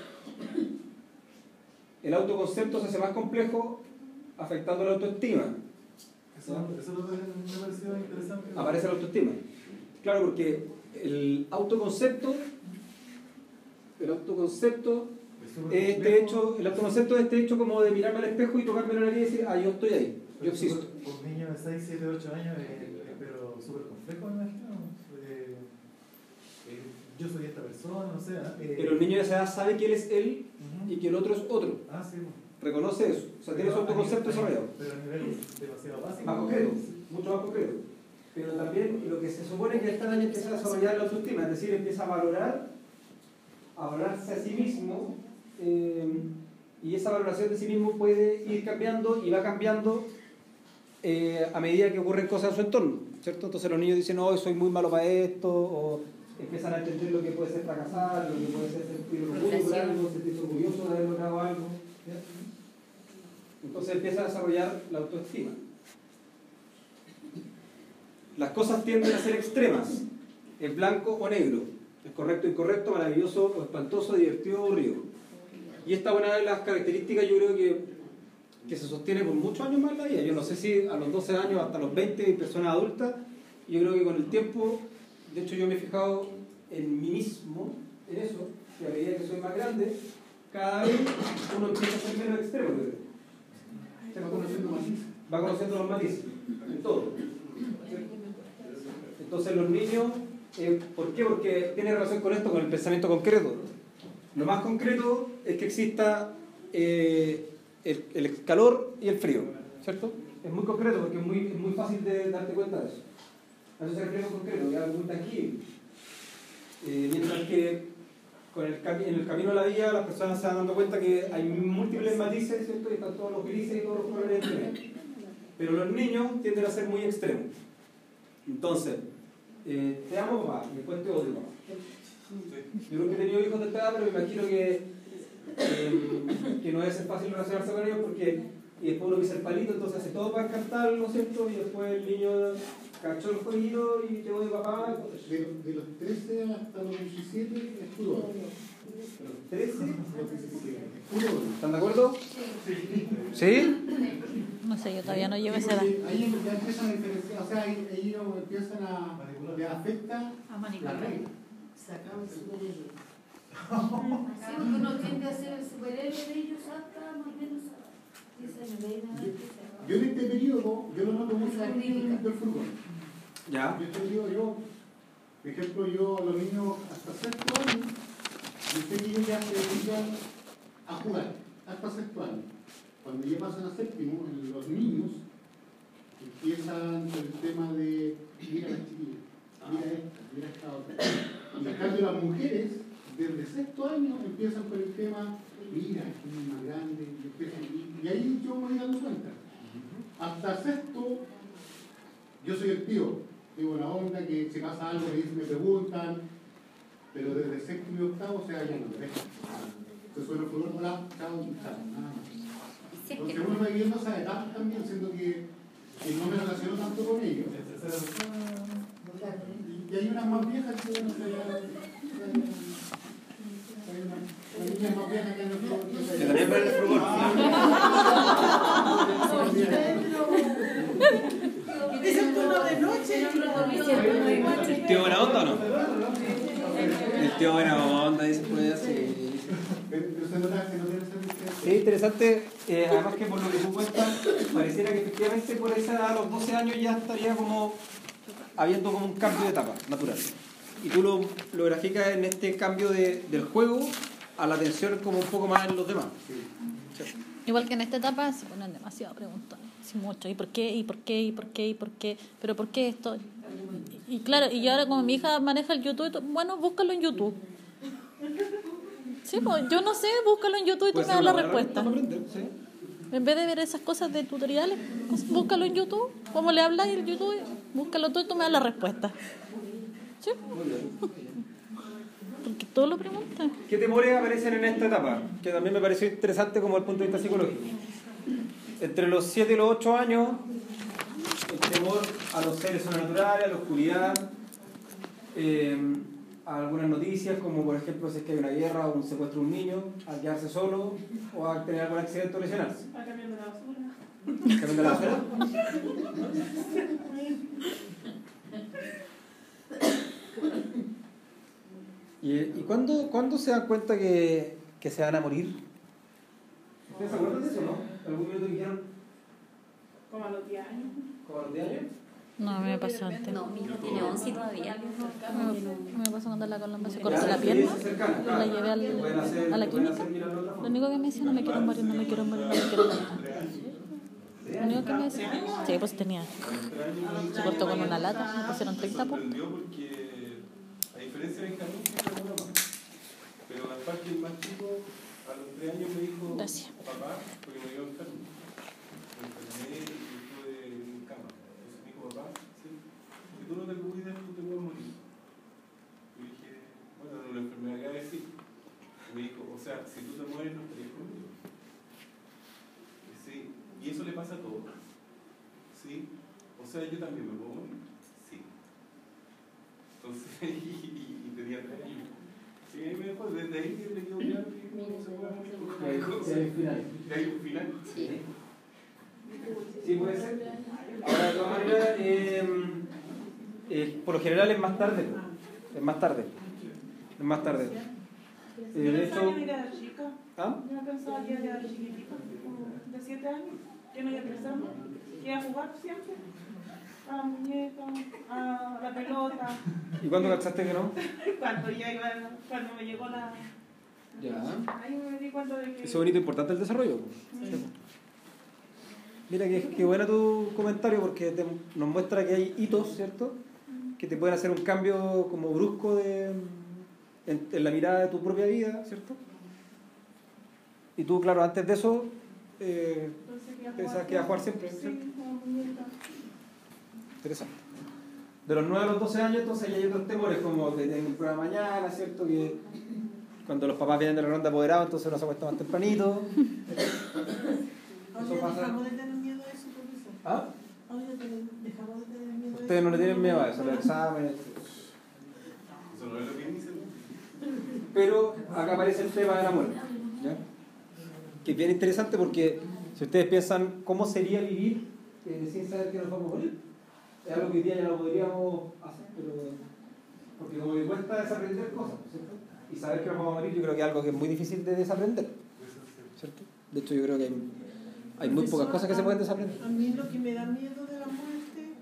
[SPEAKER 1] El autoconcepto se hace más complejo, afectando la autoestima.
[SPEAKER 6] Eso, eso me pareció interesante.
[SPEAKER 1] Aparece la autoestima. Claro, porque el autoconcepto, el autoconcepto es este hecho, el autoconcepto es este hecho como de mirarme al espejo y tocarme la nariz y decir, ah, yo estoy ahí, yo existo.
[SPEAKER 6] Un niño de seis, siete, ocho años, eh, pero súper complejo, me imagino. Eh, eh, yo soy esta persona, o sea. Eh,
[SPEAKER 1] pero el niño de esa edad sabe que él es él uh-huh. y que el otro es otro.
[SPEAKER 6] Ah, sí.
[SPEAKER 1] Reconoce eso, o sea, tiene su autoconcepto desarrollado.
[SPEAKER 6] Pero a nivel demasiado básico.
[SPEAKER 1] Más concreto, mucho más concreto. Pero también lo que se supone que esta año empieza a desarrollar la autoestima, es decir, empieza a valorar, a valorarse a sí mismo, eh, y esa valoración de sí mismo puede ir cambiando y va cambiando eh, a medida que ocurren cosas en su entorno, ¿cierto? Entonces los niños dicen, no, soy muy malo para esto, o empiezan a entender lo que puede ser fracasar, lo que puede ser sentir orgullo por algo, sentirse orgulloso de haber logrado algo. ¿Ya? Entonces empieza a desarrollar la autoestima. Las cosas tienden a ser extremas, es blanco o negro, es correcto o incorrecto, maravilloso o espantoso, divertido o aburrido. Y esta es una de las características, yo creo que, que se sostiene por muchos años más en la vida. Yo no sé si a los doce años hasta los veinte, personas adultas, yo creo que con el tiempo, de hecho yo me he fijado en mí mismo, en eso, que a medida que soy más grande, cada vez uno empieza a ser menos extremo, yo creo. Se va conociendo matices. Va conociendo los matices, en todo. Entonces los niños, eh, ¿por qué? Porque tiene relación con esto, con el pensamiento concreto. Lo más concreto es que exista eh, el, el calor y el frío, ¿cierto? Es muy concreto porque es muy, es muy fácil de darte cuenta de eso. A eso se refiere con concreto, que es algo muy tangible. Eh, mientras que con el cami en el camino de la vida las personas se van dando cuenta que hay múltiples matices, ¿cierto? Y están todos los grises y todos los colores entre ellos. Pero los niños tienden a ser muy extremos. Entonces, eh, te amo, papá, y después te odio, papá. Yo creo que he tenido hijos de esta edad, pero me imagino que, eh, que no debe ser fácil relacionarse con ellos porque y después uno pisa el palito, entonces hace todo para encantarlo, ¿cierto? Y después el niño cachó el jueguito y te odio, papá.
[SPEAKER 4] De, de los trece hasta los diecisiete es puro odio.
[SPEAKER 1] De los trece
[SPEAKER 4] a los diecisiete es puro odio.
[SPEAKER 1] ¿Están de acuerdo? ¿Sí?
[SPEAKER 5] No sé, yo todavía no llevo esa edad.
[SPEAKER 4] Ahí ya empiezan a diferenciar, o sea, ahí ellos empiezan a, le afecta
[SPEAKER 5] a manipular.
[SPEAKER 4] la regla.
[SPEAKER 2] Se acaba el superhéroe.
[SPEAKER 9] Sí, porque uno tiende a ser el superhéroe de ellos hasta más o menos diez años de edad.
[SPEAKER 4] Yo en este periodo, yo lo noto mucho
[SPEAKER 9] La
[SPEAKER 4] en
[SPEAKER 9] crítica.
[SPEAKER 4] el fútbol.
[SPEAKER 1] Ya.
[SPEAKER 4] Yo este periodo, yo, por ejemplo, yo a los niños hasta sexto año, Yo sé que ellos ya se dedican a jugar hasta sexto año. Cuando ya pasan a séptimo, los niños empiezan con el tema de mira a la chiquilla, mira esta, mira esta otra. Y en cambio las mujeres, desde sexto año, empiezan con el tema, mira, que es más grande, y, empiezan, y, y ahí yo me voy dando cuenta. Hasta sexto, yo soy el tío, digo la onda, que se pasa algo, me, dicen, me preguntan, pero desde sexto y octavo, o sea, ya no me dejan. Se suena el fútbol, hola, chao, chao, nada más. Entonces uno va viviendo esa etapa también, siendo que, que no me relaciono tanto con ellos. Y, y hay unas más viejas que no sé, hay una niña más vieja que no sé.
[SPEAKER 1] Que también ven el fútbol.
[SPEAKER 2] Es el turno de noche.
[SPEAKER 1] ¿El tío buena onda o no? El tío buena onda, dice pues así. Es interesante, eh, además que por lo que tú cuentas, pareciera que efectivamente por esa edad, a los doce años, ya estaría como habiendo como un cambio de etapa natural. Y tú lo, lo graficas en este cambio de, del juego a la atención como un poco más en los demás. Sí.
[SPEAKER 5] Igual que en esta etapa se ponen demasiado preguntas, sí, mucho, ¿y por qué? ¿Y por qué? ¿Y por qué? ¿Y por qué? ¿Pero por qué esto? Y, y claro, y ahora como mi hija maneja el YouTube, bueno, búscalo en YouTube. Sí, pues yo no sé, búscalo en YouTube y tú me das la respuesta.
[SPEAKER 1] ¿Sí?
[SPEAKER 5] En vez de ver esas cosas de tutoriales, pues, búscalo en YouTube. ¿Cómo le hablas en YouTube? Búscalo tú y tú me das la respuesta. ¿Sí? Porque todo lo preguntan.
[SPEAKER 1] ¿Qué temores aparecen en esta etapa? Que también me pareció interesante como desde el punto de vista psicológico. Entre los siete y los ocho años, el temor a los seres sobrenaturales, a la oscuridad, eh, a algunas noticias, como por ejemplo si es que hay una guerra o un secuestro de un niño, al quedarse solo o a tener algún accidente o lesionarse.
[SPEAKER 3] A cambiar de la basura.
[SPEAKER 1] ¿Cambiar de la basura? ¿Y, y cuándo, cuándo se dan cuenta que, que se van a morir? ¿Ustedes se acuerdan de eso, no? ¿Algún minuto dijeron?
[SPEAKER 3] Como a los diez años.
[SPEAKER 1] ¿Como a los diez años?
[SPEAKER 5] No, a mí me pasó antes.
[SPEAKER 10] No, mi hija tiene once todavía.
[SPEAKER 5] Me, me pasó cuando la Colomba se cortó la pierna. La llevé al, a la clínica. Lo único que me decía, no me quiero morir, no me quiero morir, no me quiero morir. Lo único que me decía, sí, pues tenía. Se cortó con una lata, me pusieron treinta puntos.
[SPEAKER 11] A diferencia de Benjamín, siempre una más. Pero Gaspar, que el más chico, a los tres años me dijo,
[SPEAKER 5] Gracias.
[SPEAKER 11] papá, porque me dio enfermo. Me enfermé y estuve en cama. Entonces me dijo, papá, sí, si tú no te cuidas, tú te puedes morir. Y dije, bueno, la enfermedad que va a decir. Y me dijo, o sea, si tú te mueres, no estarías conmigo. Y sí, y eso le pasa a todos. ¿Sí? O sea, yo también me puedo morir. Sí. Entonces, y, y tenía tres años. Y ahí me dejó, desde ahí que le quedó claro que no se puede morir por una cosa.
[SPEAKER 1] hay un final.
[SPEAKER 11] Hay un final.
[SPEAKER 1] Sí. Sí, puede ser. Ahora, de todas maneras, eh, eh, por lo general es más tarde. Es más tarde. Es más tarde. Eh, de hecho. ¿Ah?
[SPEAKER 3] Yo no pensaba que era chiquitito, de siete años, que no iba pensando, que iba a jugar siempre. A la muñeca, a la pelota.
[SPEAKER 1] ¿Y cuándo cachaste que no?
[SPEAKER 3] Cuando ya iba, cuando me llegó la...
[SPEAKER 1] Ya.
[SPEAKER 3] Ahí me di cuenta de que...
[SPEAKER 1] Eso es bonito, importante el desarrollo.
[SPEAKER 3] Sí.
[SPEAKER 1] Sí. Mira, qué, qué bueno tu comentario porque te, nos muestra que hay hitos, ¿cierto? Que te pueden hacer un cambio como brusco de, en, en la mirada de tu propia vida, ¿cierto? Y tú, claro, antes de eso, eh, pensabas que iba a jugar siempre, ¿cierto?
[SPEAKER 3] Sí, como muñeca.
[SPEAKER 1] Interesante. De los nueve a los doce años, entonces ya hay otros temores, como que tienen un programa mañana, ¿cierto? Que cuando los papás vienen de la ronda apoderado, entonces uno se acuesta más tempranito. Eso pasa.
[SPEAKER 2] Dejamos de tener miedo a eso, profesor.
[SPEAKER 1] ¿Ah?
[SPEAKER 2] Ahora dejamos de tener miedo a eso.
[SPEAKER 1] Ustedes no le tienen miedo a eso, los exámenes.
[SPEAKER 11] Eso no es lo que dicen.
[SPEAKER 1] Pero acá aparece el tema de la muerte, ¿ya? Que es bien interesante porque si ustedes piensan cómo sería vivir eh, sin saber que nos vamos a morir, es algo que hoy día ya no podríamos hacer, pero porque como que cuesta desaprender cosas, ¿cierto? Y saber que nos vamos a morir yo creo que es algo que es muy difícil de desaprender, ¿cierto? De hecho yo creo que hay, hay muy pocas cosas que se pueden desaprender.
[SPEAKER 2] A mí lo que me da miedo de la muerte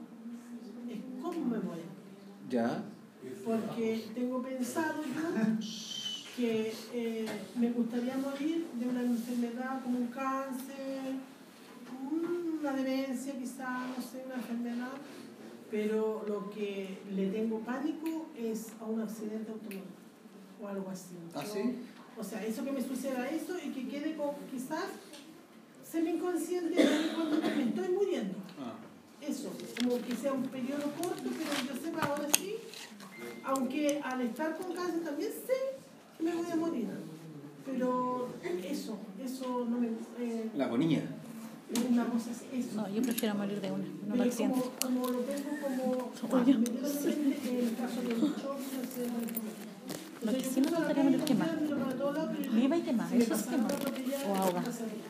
[SPEAKER 2] es cómo me voy a morir.
[SPEAKER 1] Ya.
[SPEAKER 2] Porque tengo pensado yo que eh, me gustaría morir de una enfermedad como un cáncer, una demencia quizá, no sé, una enfermedad, pero lo que le tengo pánico es a un accidente automovilístico o algo así.
[SPEAKER 1] ¿Ah,
[SPEAKER 2] Yo-
[SPEAKER 1] sí?
[SPEAKER 2] O sea, eso que me suceda eso y que quede como quizás semi-inconsciente de mí cuando me estoy muriendo.
[SPEAKER 1] Ah.
[SPEAKER 2] Eso, como que sea un periodo corto, pero yo sepa ahora sí, aunque al estar con cáncer también sé que me voy a morir. Pero eso, eso no me... Eh,
[SPEAKER 1] La agonía.
[SPEAKER 2] una cosa es eso.
[SPEAKER 5] No, yo prefiero morir de una, no
[SPEAKER 2] Pero
[SPEAKER 5] de accidente.
[SPEAKER 2] como, como lo tengo como...
[SPEAKER 5] Oye.
[SPEAKER 2] me quedo de mente en el caso de un choque, no sé, no
[SPEAKER 5] Lo que sí me gustaría morir quemada. Viva y quemada, eso es quemar. O ahoga.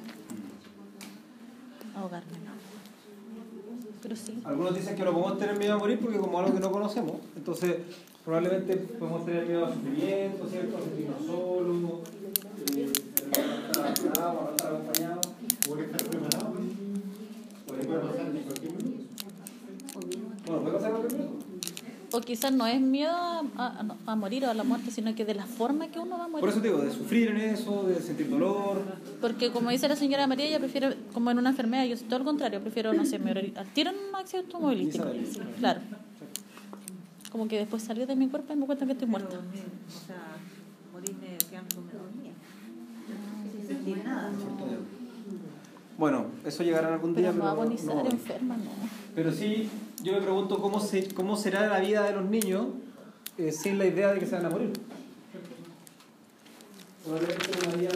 [SPEAKER 5] Ahogarme, no. Pero sí.
[SPEAKER 1] Algunos dicen que no podemos tener miedo a morir porque como algo que no conocemos, entonces probablemente podemos tener miedo al sufrimiento, ¿cierto? A sentirnos solos, eh, no estar acompañados, no estar acompañados.
[SPEAKER 4] ¿Por estar preparado? Puede pasar en cualquier minuto.
[SPEAKER 1] Bueno, puede pasar en cualquier minuto.
[SPEAKER 5] O quizás no es miedo a, a, a morir o a la muerte, sino que de la forma que uno va a morir.
[SPEAKER 1] Por eso te digo, de sufrir en eso, de sentir dolor.
[SPEAKER 5] Porque como dice la señora María, ella prefiere, como en una enfermedad, yo todo lo contrario, prefiero, no sé, morir al tiro en un accidente automovilístico. Claro. Como que después salir de mi cuerpo y me cuenta que estoy muerta.
[SPEAKER 3] O sea, morirme quedando me dormía. Sin sentir nada.
[SPEAKER 1] Bueno, eso llegará algún día,
[SPEAKER 5] Pero no
[SPEAKER 1] pero
[SPEAKER 5] agonizar,
[SPEAKER 1] no.
[SPEAKER 5] enferma, no.
[SPEAKER 1] Pero sí, yo me pregunto cómo, se, cómo será la vida de los niños eh, sin la idea de que se van a morir. Probablemente una vida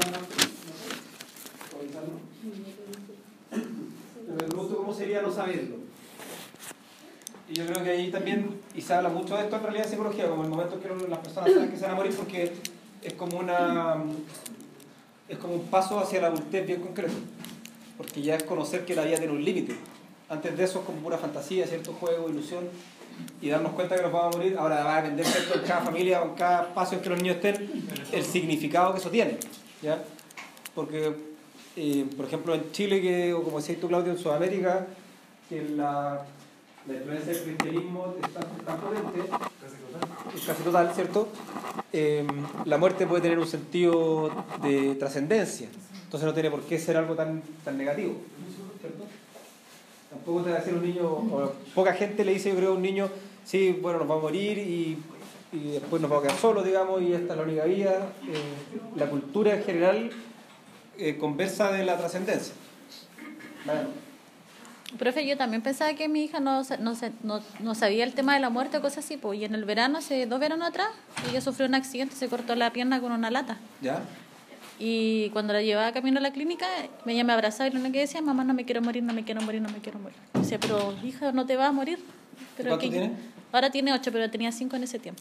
[SPEAKER 1] Pero me pregunto cómo sería no saberlo. Y yo creo que ahí también, y se habla mucho de esto en realidad en psicología, como el momento en que las personas saben que se van a morir, porque es como una es como un paso hacia la adultez bien concreto. Porque ya es conocer que la vida tiene un límite. Antes de eso es como pura fantasía, cierto juego, ilusión, y darnos cuenta que nos vamos a morir. Ahora va a depender, ¿cierto?, en cada familia o en cada espacio en que los niños estén, el significado que eso tiene, ¿ya? Porque, eh, por ejemplo, en Chile, que, o como decías tú, Claudio, en Sudamérica, que la, la influencia del cristianismo es tan, tan potente, es casi total, ¿cierto? Eh, la muerte puede tener un sentido de trascendencia. Entonces no tiene por qué ser algo tan, tan negativo, ¿cierto? Tampoco te va a decir un niño, o poca gente le dice, yo creo, a un niño, sí, bueno, nos va a morir y, y después nos va a quedar solos, digamos, y esta es la única vida. Eh, la cultura en general eh, conversa de la trascendencia. Bueno.
[SPEAKER 5] Profe, yo también pensaba que mi hija no, no, no, no sabía el tema de la muerte o cosas así, pues, y en el verano, hace dos veranos atrás, ella sufrió un accidente, se cortó la pierna con una lata.
[SPEAKER 1] ¿Ya?
[SPEAKER 5] Y cuando la llevaba camino a la clínica, ella me abrazaba y lo único que decía, mamá, no me quiero morir, no me quiero morir, no me quiero morir. Y decía, pero hija, no te vas a morir. Pero
[SPEAKER 1] ¿Cuánto
[SPEAKER 5] que,
[SPEAKER 1] tiene?
[SPEAKER 5] Ahora tiene ocho, pero tenía cinco en ese tiempo.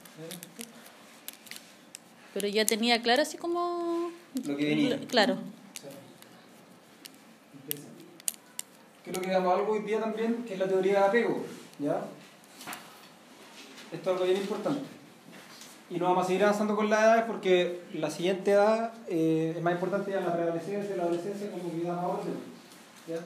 [SPEAKER 5] Pero ya tenía claro así como...
[SPEAKER 1] Lo que venía.
[SPEAKER 5] Claro.
[SPEAKER 1] Creo que digamos algo hoy día también, que es la teoría de apego, ¿ya? Esto es algo bien importante. Y no vamos a seguir avanzando con las edades porque la siguiente edad eh, es más importante ya la preadolescencia, la adolescencia, como que da más orden, ¿ya?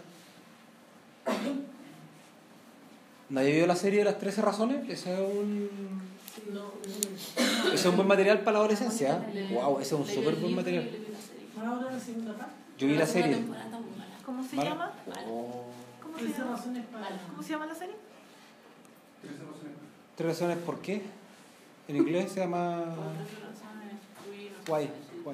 [SPEAKER 1] ¿Nadie vio la serie de las trece razones? Ese es un... Ese es un buen material para la adolescencia. Wow, ese es un súper buen material.
[SPEAKER 2] Ahora la segunda parte.
[SPEAKER 1] Yo vi la serie.
[SPEAKER 3] ¿Cómo se
[SPEAKER 1] ¿Vale?
[SPEAKER 3] llama?
[SPEAKER 1] Oh.
[SPEAKER 3] ¿Cómo se llama? ¿Cómo se llama la serie?
[SPEAKER 1] Tres razones, ¿por qué? En inglés se llama... Why. Why.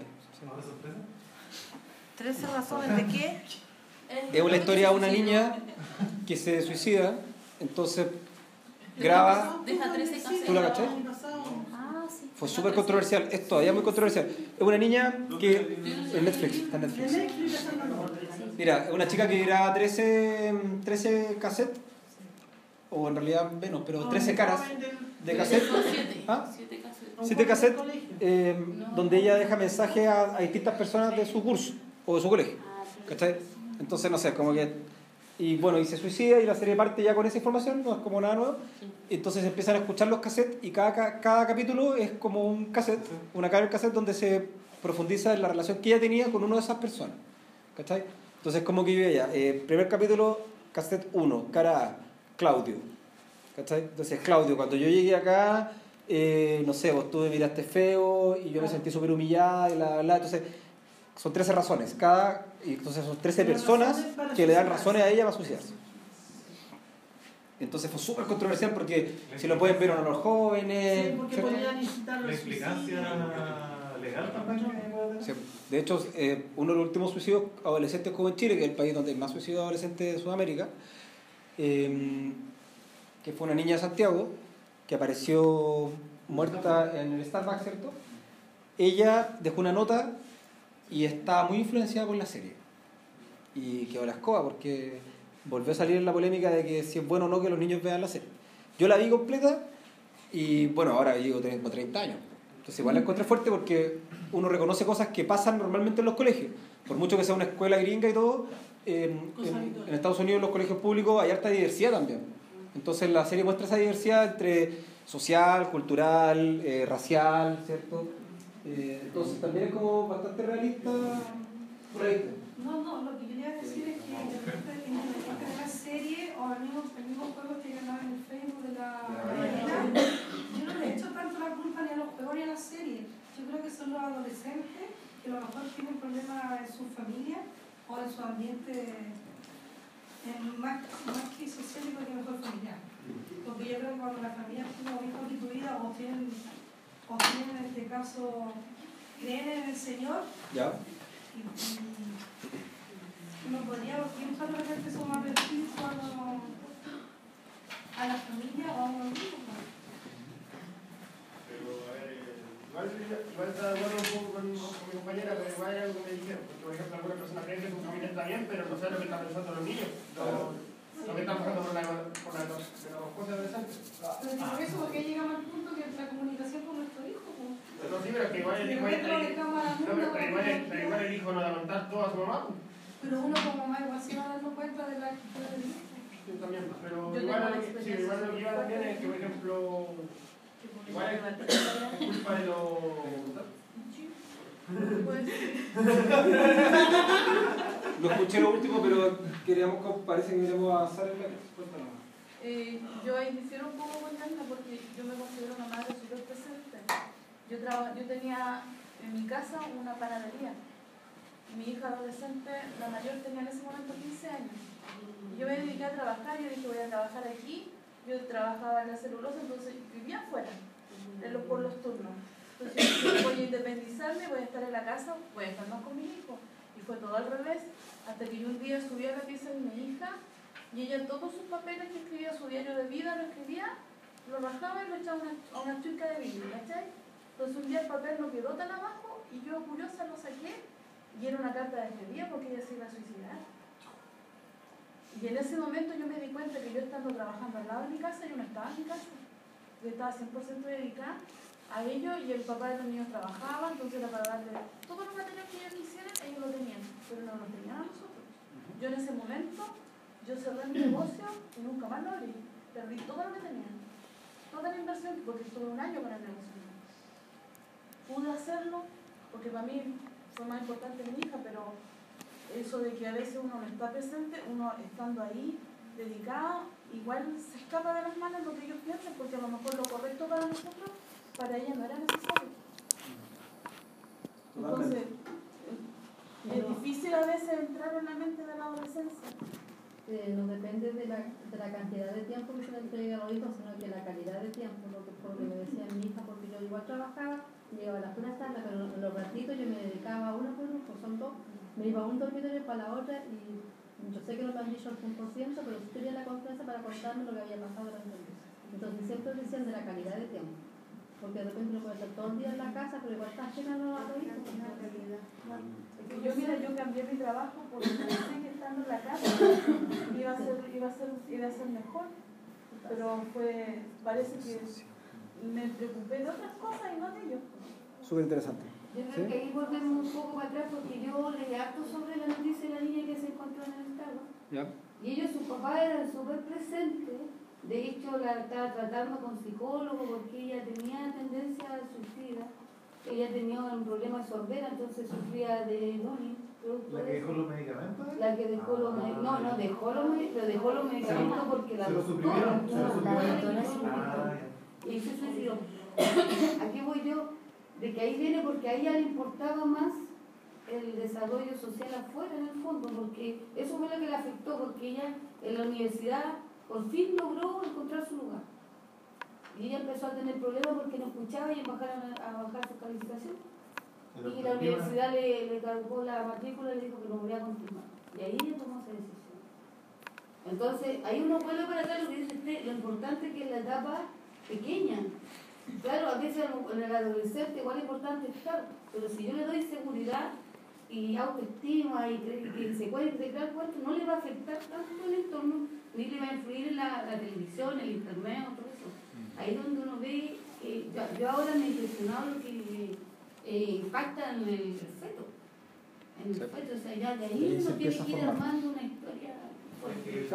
[SPEAKER 3] ¿Trece razones de qué?
[SPEAKER 1] Es una historia de una niña que se suicida, entonces graba...
[SPEAKER 10] Deja trece
[SPEAKER 1] ¿Tú la cachai?
[SPEAKER 10] Ah, sí.
[SPEAKER 1] Fue súper controversial, es todavía muy controversial. Es una niña que... En Netflix, está en Netflix. Mira, una chica que graba trece, trece cassettes, o en realidad menos, pero trece caras de cassette. ¿Ah? Siete cassettes, eh, donde ella deja mensajes a, a distintas personas de su curso o de su colegio. ¿Cachai? Entonces, no sé, como que... Y bueno, y se suicida y la serie parte ya con esa información, no es como nada nuevo. Entonces empiezan a escuchar los cassettes y cada, cada capítulo es como un cassette, una cara del cassette donde se profundiza en la relación que ella tenía con una de esas personas. ¿Cachai? Entonces, como que yo ella, eh, primer capítulo, cassette uno, cara A, Claudio. ¿Cachai? Entonces, Claudio, cuando yo llegué acá, eh, no sé, vos tú me miraste feo y yo me sentí súper humillada y la bla, entonces son trece razones, cada, y entonces son trece personas que le dan razones a ella para suicidarse. Entonces fue súper controversial porque si lo pueden ver a los jóvenes.
[SPEAKER 2] Sí, porque podrían incitar
[SPEAKER 6] La
[SPEAKER 2] los
[SPEAKER 6] implicancia legal también.
[SPEAKER 1] Sí. De hecho, eh, uno de los últimos suicidios adolescentes como en Chile, que es el país donde hay más suicidios adolescentes de Sudamérica, eh, que fue una niña de Santiago que apareció muerta en el Starbucks, ¿cierto? Ella dejó una nota y estaba muy influenciada por la serie. Y quedó la escoba porque volvió a salir en la polémica de que si es bueno o no que los niños vean la serie. Yo la vi completa y bueno, ahora llevo tengo treinta años. Entonces igual la encontré fuerte porque uno reconoce cosas que pasan normalmente en los colegios. Por mucho que sea una escuela gringa y todo, en, en, en Estados Unidos en los colegios públicos hay harta diversidad también. Entonces la serie muestra esa diversidad entre social, cultural, eh, racial, ¿cierto? Eh, entonces también es como bastante realista. Por ahí.
[SPEAKER 9] No, no, lo que quería decir es que en la serie o el mismo, el mismo juego que ganaba en el Facebook de la mañana, yo no le echo tanto la culpa ni a los juegos ni a la serie. Yo creo que son los adolescentes que a lo mejor tienen problemas en su familia o en su ambiente en más, más que social y que mejor familiar. Porque yo creo que cuando la familia estuvo bien constituida o tienen, o tienen en este caso, creen en el Señor,
[SPEAKER 1] ¿ya?
[SPEAKER 9] Y, y no podríamos pensar de repente son más beneficios a, a la familia o a uno mismo.
[SPEAKER 12] Pero, a ver, igual, igual está de acuerdo un poco con, con mi compañera, pero igual hay algo que me dijeron. Porque, por ejemplo, algunas personas creen que su familia está bien, pero no saben lo que están pensando los niños. Lo, lo que están pasando por, la, por la, de los cosas adolescentes.
[SPEAKER 9] Pero por eso, porque llegamos al punto que la comunicación con nuestro hijo. Pues.
[SPEAKER 12] No, sí, pero es que igual el hijo, pero igual el hijo no da contar todo a su mamá.
[SPEAKER 9] Pero uno como mamá igual se va dando cuenta de la actitud del hijo.
[SPEAKER 12] Yo también, pero igual, sí, igual lo que iba también es que, por ejemplo, igual es culpa de los...
[SPEAKER 1] Lo escuché lo último, pero queríamos, parece que queremos avanzar en la cuéntanos.
[SPEAKER 3] Eh, yo ahí difiero un poco con Yanda porque yo me considero una madre súper presente. Yo, yo tenía en mi casa una panadería. Mi hija adolescente, la mayor, tenía en ese momento quince años. Y yo me dediqué a trabajar, yo dije voy a trabajar aquí. Yo trabajaba en la celulosa, entonces vivía afuera, en los, por los turnos. Entonces yo voy a independizarme, voy a estar en la casa, voy a estar más con mi hijo. Y fue todo al revés, hasta que yo un día subí a la pieza de mi hija y ella todos sus papeles que escribía, su diario de vida, lo escribía, lo bajaba y lo echaba a una, a una chuica de vidrio, ¿cachai? Entonces un día el papel no quedó tan abajo y yo curiosa lo saqué y era una carta de despedida porque ella se iba a suicidar. Y en ese momento yo me di cuenta que yo estando trabajando al lado de mi casa, yo no estaba en mi casa. Yo estaba cien por ciento dedicada a ellos y el papá de los niños trabajaba, entonces era para darle todos los materiales que ellos quisieran, ellos lo tenían, pero no lo tenían a nosotros. Yo en ese momento, yo cerré mi negocio y nunca más lo abrí. Perdí todo lo que tenía, toda la inversión, porque estuve un año con el negocio. Pude hacerlo, porque para mí fue más importante mi hija, pero eso de que a veces uno no está presente, uno estando ahí, dedicado, igual se escapa de las manos lo que ellos piensan, porque a lo mejor lo correcto para nosotros, para ella no era necesario. Entonces, es difícil a veces entrar en la mente de la adolescencia.
[SPEAKER 13] Eh, no depende de la, de la cantidad de tiempo que se le entregue a los hijos, sino que la calidad de tiempo, lo que, por lo que me decía mi hija, porque yo igual trabajaba, llegaba a las buenas tardes, pero en los ratitos yo me dedicaba a una por uno, pues son dos, me iba a un dormitorio para la otra y yo sé que no me han dicho al cien por ciento, pero sí tenía la confianza para contarme lo que había pasado durante el día. Entonces siempre decían de la calidad de tiempo, porque de repente uno puede estar todo el día en la casa, pero igual está llena de los hijos.
[SPEAKER 3] Yo, mira, yo cambié mi trabajo porque pensé que estando en la casa iba a ser, iba a ser, iba a ser mejor, pero fue, parece que me preocupé de otras cosas y no de ellos.
[SPEAKER 1] Súper interesante.
[SPEAKER 9] Yo creo ¿Sí? que ahí volvemos un poco para atrás porque yo leí harto sobre la noticia de la niña que se encontró en el estado.
[SPEAKER 1] ¿Ya?
[SPEAKER 9] Y ellos, su papá era súper presente. De hecho, la estaba tratando con psicólogo porque ella tenía tendencia a suicida. Ella tenía un problema de sordera, entonces sufría de bullying.
[SPEAKER 6] ¿La que dejó los medicamentos?
[SPEAKER 9] La que dejó los medicamentos. No, no, dejó los, pero dejó los medicamentos porque la
[SPEAKER 6] ¿Se lo suprimieron? ¿Se lo suprimieron?
[SPEAKER 9] Y se suicidó.
[SPEAKER 14] de que ahí viene porque a ella le importaba más el desarrollo social afuera en el fondo, porque eso fue lo que le afectó, porque ella en la universidad por fin logró encontrar su lugar. Y ella empezó a tener problemas porque no escuchaba y empezaron a, a bajar su calificación. Y la universidad le, le cargó la matrícula y le dijo que no volvía a continuar. Y ahí ella tomó esa decisión. Entonces, ahí uno vuelve para atrás lo que dice usted, lo importante es que en la etapa pequeña, claro, a veces en el adolescente igual es importante estar, pero si yo le doy seguridad y autoestima y que se puede integrar cuento, no le va a afectar tanto el entorno, ni le va a influir en la, la televisión, el internet o todo eso. Ahí es donde uno ve que yo, yo ahora me he impresionado lo que eh, impacta en el feto. En el feto, o sea, ya de ahí uno tiene que ir armando una historia.
[SPEAKER 11] Eh,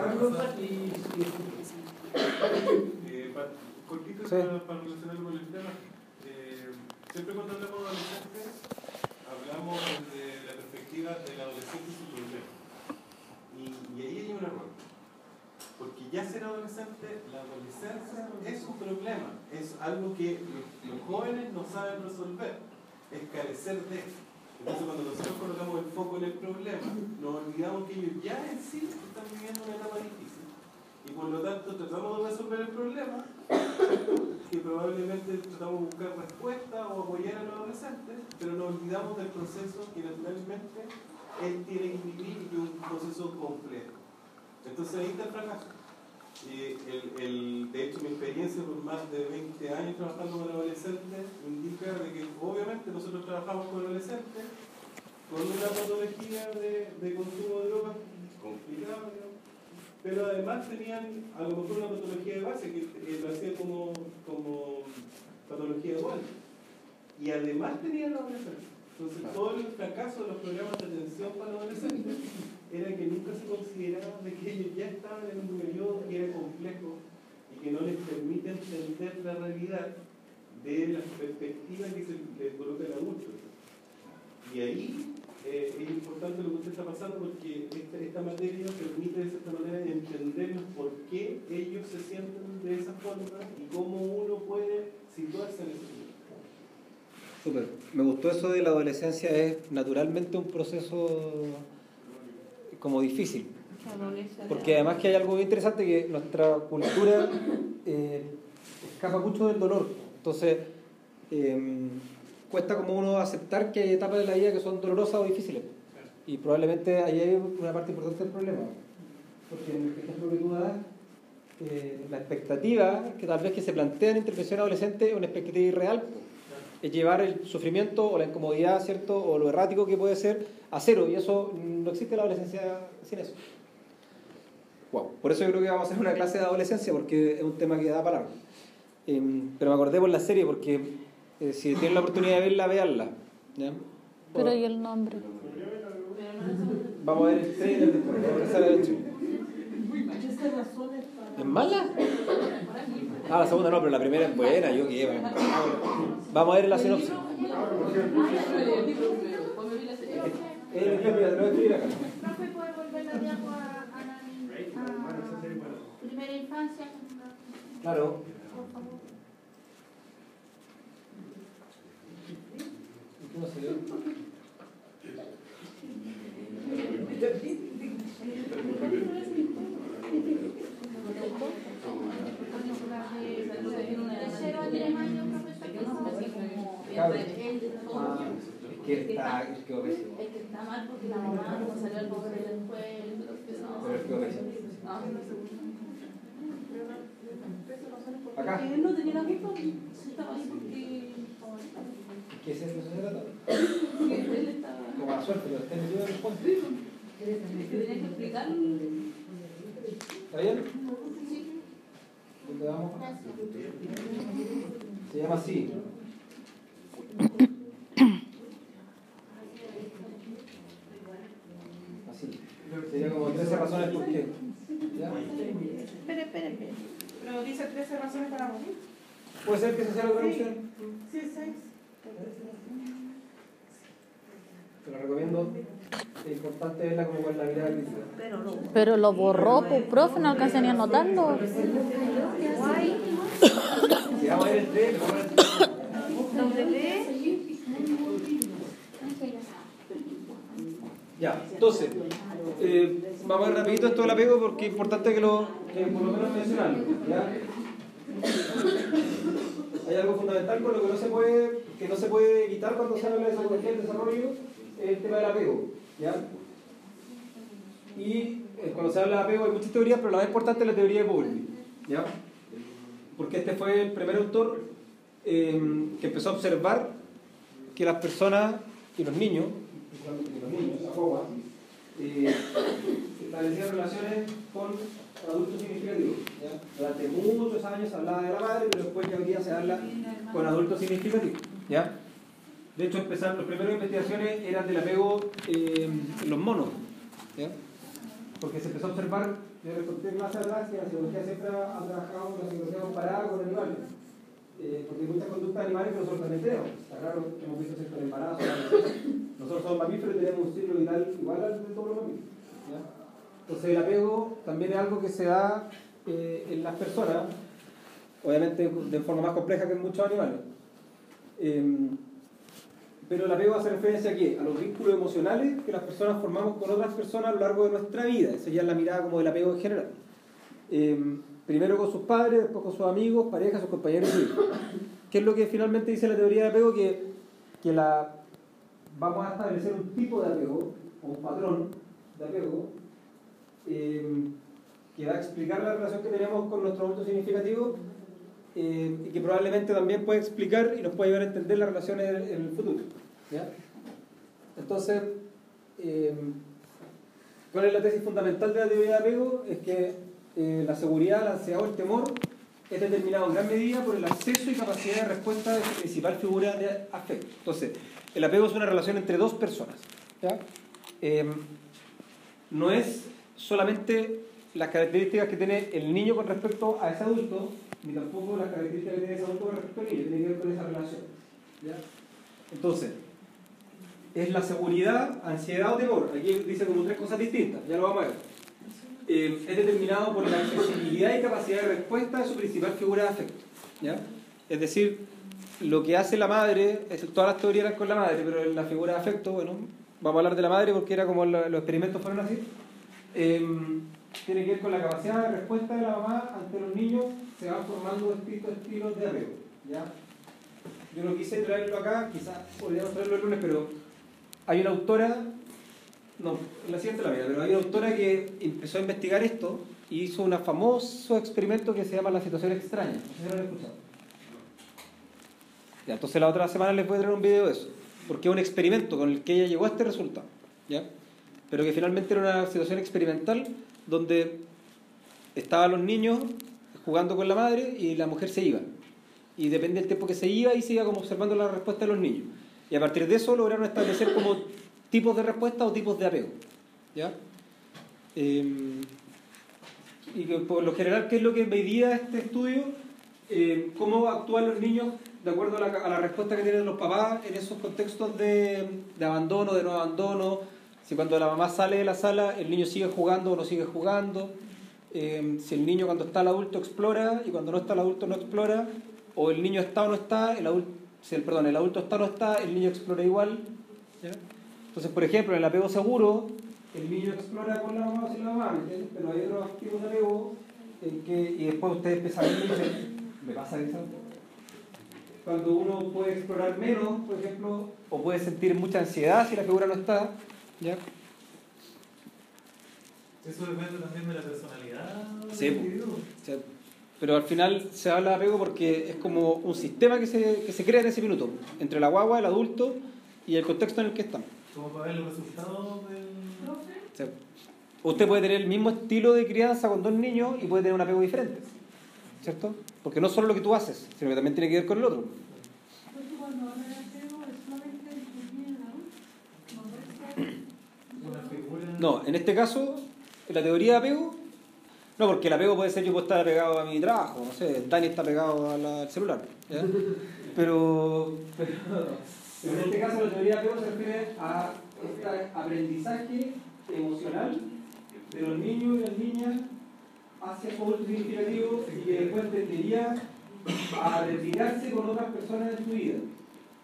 [SPEAKER 11] para, cortito
[SPEAKER 1] sí.
[SPEAKER 11] para, para relacionarlo con el tema, eh, siempre cuando hablamos de adolescentes, hablamos desde la perspectiva del adolescente y su problema. Y, y ahí hay un error. Porque ya ser adolescente, la adolescencia es un problema, es algo que los, los jóvenes no saben resolver, es carecer de. Entonces cuando nosotros colocamos el foco en el problema, nos olvidamos que ellos ya en sí están viviendo una etapa difícil. Y por lo tanto tratamos de resolver el problema, que probablemente tratamos de buscar respuesta o apoyar a los adolescentes, pero nos olvidamos del proceso que naturalmente él tiene que vivir y que es un proceso complejo. Entonces ahí está el fracaso. Eh, el, el, de hecho, mi experiencia por más de veinte años trabajando con adolescentes indica de que obviamente nosotros trabajamos con adolescentes con una patología de, de consumo de drogas complicada, pero además tenían a lo mejor una patología de base que eh, lo hacía como, como patología dual. Y además tenían adolescentes. Entonces todo el fracaso de los programas de atención para adolescentes era que nunca se consideraba de que ellos ya estaban en un periodo que era complejo y que no les permite entender la realidad de la perspectiva que se les coloca el adulto. Y ahí eh, es importante lo que usted está pasando porque esta, esta materia permite de cierta manera entendernos por qué ellos se sienten de esa forma y cómo uno puede situarse en ese lugar.
[SPEAKER 1] Súper. Me gustó eso de la adolescencia, es naturalmente un proceso como difícil. Porque además que hay algo muy interesante, que nuestra cultura eh, escapa mucho del dolor. Entonces, eh, cuesta como uno aceptar que hay etapas de la vida que son dolorosas o difíciles. Y probablemente ahí hay una parte importante del problema. Porque en el ejemplo que tú das, eh, la expectativa que tal vez que se plantea en intervención adolescente es una expectativa irreal. Es llevar el sufrimiento o la incomodidad, ¿cierto? O lo errático que puede ser a cero, y eso no existe en la adolescencia sin eso. Wow. Por eso yo creo que vamos a hacer una clase de adolescencia, porque es un tema que da para largo. Eh, pero me acordé por la serie, porque eh, si tienen la oportunidad de verla, véanla. ¿Ya?
[SPEAKER 5] Pero ¿y el nombre?
[SPEAKER 1] Vamos a ver el trailer después. Vamos a empezar a ver el trailer. ¿Es mala? Ah, la segunda no, pero la primera es buena. Yo qué, bueno. Vamos a ver la sinopsis. Eh, lo voy a escribir acá.
[SPEAKER 8] Profe, ¿puede volver la diapo a, a, a primera infancia?
[SPEAKER 1] Claro.
[SPEAKER 8] Por favor.
[SPEAKER 1] ¿Cómo se ve? Es que está, es que pésimo.
[SPEAKER 3] Es que está mal porque la mamá no salió al poder de la escuela.
[SPEAKER 1] Pero es que pésimo. Acá.
[SPEAKER 2] Él no tenía la culpa, estaba ahí porque...
[SPEAKER 1] ¿Qué es eso se trata?
[SPEAKER 2] Él estaba...
[SPEAKER 1] Como la suerte, pero está metido en el fondo.
[SPEAKER 2] Tenía que explicarlo.
[SPEAKER 1] ¿Está bien? ¿Dónde vamos? Se llama así. Así. Sería como trece razones por qué. ¿Ya?
[SPEAKER 2] Espera, espera, espera. Pero dice trece razones para morir.
[SPEAKER 1] ¿Puede ser que esa sea la traducción?
[SPEAKER 2] Sí, seis.
[SPEAKER 1] Te lo recomiendo. Es importante verla como con la mirada crítica.
[SPEAKER 5] Pero lo borró, pues, profe, no alcancé ni a anotarlo.
[SPEAKER 1] Si vamos a ver el trailer, vamos a ver el trailer.
[SPEAKER 10] bebé.
[SPEAKER 1] Ya, entonces, eh, vamos a ver rapidito esto del apego porque es importante que lo, que por lo menos mencionarlo, ¿ya? Hay algo fundamental con lo que no se puede, que no se puede evitar cuando se habla de psicología del desarrollo, es el tema del apego, ¿ya? Y eh, cuando se habla de apego hay muchas teorías, pero la más importante es la teoría de Bowlby, ¿ya? Porque este fue el primer autor eh, que empezó a observar que las personas y los niños, principalmente los niños, las guaguas, eh, establecían relaciones con adultos significativos, ¿ya? Durante muchos años se hablaba de la madre, pero después ya hoy día se habla con adultos significativos, ¿ya? De hecho, empezaron, las primeras investigaciones eran del apego eh, en los monos, ¿ya? Porque se empezó a observar, yo les conté más atrás que la psicología siempre ha trabajado con la psicología comparada con animales, eh, porque hay muchas conductas animales que nosotros también tenemos. Está claro que hemos visto cierto embarazo, nosotros somos mamíferos y tenemos un ciclo vital igual al de todos los mamíferos, ¿ya? Entonces el apego también es algo que se da eh, en las personas, obviamente de forma más compleja que en muchos animales. Eh, pero el apego hace referencia aquí a los vínculos emocionales que las personas formamos con otras personas a lo largo de nuestra vida. Esa ya es la mirada como del apego en general. Eh, primero con sus padres, después con sus amigos, parejas, sus compañeros y hijos. ¿Qué es lo que finalmente dice la teoría de apego? Que, que la, vamos a establecer un tipo de apego, o un patrón de apego, eh, que va a explicar la relación que tenemos con nuestro adulto significativo eh, y que probablemente también puede explicar y nos puede ayudar a entender las relaciones en, en el futuro, ¿ya? Entonces, eh, ¿cuál es la tesis fundamental de la teoría de apego? Es que eh, la seguridad, la ansiedad o el temor es determinado en gran medida por el acceso y capacidad de respuesta de su principal figura de afecto. Entonces, el apego es una relación entre dos personas, ¿ya? Eh, no es solamente las características que tiene el niño con respecto a ese adulto, ni tampoco las características que tiene ese adulto con respecto al niño, tiene que ver con esa relación, ¿ya? Entonces, es la seguridad, ansiedad o temor. Aquí dice como tres cosas distintas, ya lo vamos a ver. Eh, es determinado por la accesibilidad y capacidad de respuesta de su principal figura de afecto, ¿ya? Es decir, lo que hace la madre, es, todas las teorías eran con la madre, pero en la figura de afecto, bueno, vamos a hablar de la madre porque era como la, los experimentos fueron así, eh, tiene que ver con la capacidad de respuesta de la mamá ante los niños. Se van formando distintos estilos de apego, ¿ya? Yo no quise traerlo acá, quizás podríamos traerlo el lunes, pero hay una autora, no, en la siguiente la mía, pero hay una autora que empezó a investigar esto y hizo un famoso experimento que se llama la situación extraña. No sé si lo han escuchado. Ya, entonces la otra semana les voy a traer un video de eso, porque es un experimento con el que ella llegó a este resultado, ¿ya? Pero que finalmente era una situación experimental donde estaban los niños jugando con la madre y la mujer se iba. Y depende del tiempo que se iba y se iba como observando la respuesta de los niños. Y a partir de eso lograron establecer como tipos de respuesta o tipos de apego, ¿ya? Eh, y que por lo general, ¿qué es lo que medía este estudio? Eh, cómo actúan los niños de acuerdo a la, a la respuesta que tienen los papás en esos contextos de, de abandono, de no abandono. Si cuando la mamá sale de la sala el niño sigue jugando o no sigue jugando. Eh, si el niño cuando está el adulto explora y cuando no está el adulto no explora. O el niño está o no está, el adulto, si el, perdón, el adulto está o no está, el niño explora igual, ¿ya? Entonces, por ejemplo, en el apego seguro, el niño explora con la mamá o sin la mamá, ¿entiendes? Pero hay otros tipos de apego en que, y después ustedes empiezan a ver y dicen, ¿me pasa eso? Cuando uno puede explorar menos, por ejemplo, o puede sentir mucha ansiedad si la figura no está, ¿ya?
[SPEAKER 6] Eso depende también de la personalidad del
[SPEAKER 1] Sí,
[SPEAKER 6] individuo.
[SPEAKER 1] Sí. Pero al final se habla de apego porque es como un sistema que se, que se crea en ese minuto, entre la guagua, el adulto y el contexto en el que están.
[SPEAKER 6] Como para ver los resultados del...
[SPEAKER 1] Sí. Usted puede tener el mismo estilo de crianza con dos niños y puede tener un apego diferente, ¿cierto? Porque no solo lo que tú haces, sino que también tiene que ver con el otro.
[SPEAKER 9] Cuando habla de apego es solamente discutir en el adulto.
[SPEAKER 6] Una figura...
[SPEAKER 1] No, en este caso, en la teoría de apego, no, porque el apego puede ser yo puedo estar apegado a mi trabajo, no sé, Dani está pegado a la- al celular, ¿ya? Pero, pero, pero en este caso la teoría de apego se refiere a este aprendizaje emocional de los niños y las niñas hacia su adulto significativo y que después tendería a retirarse con otras personas en su vida,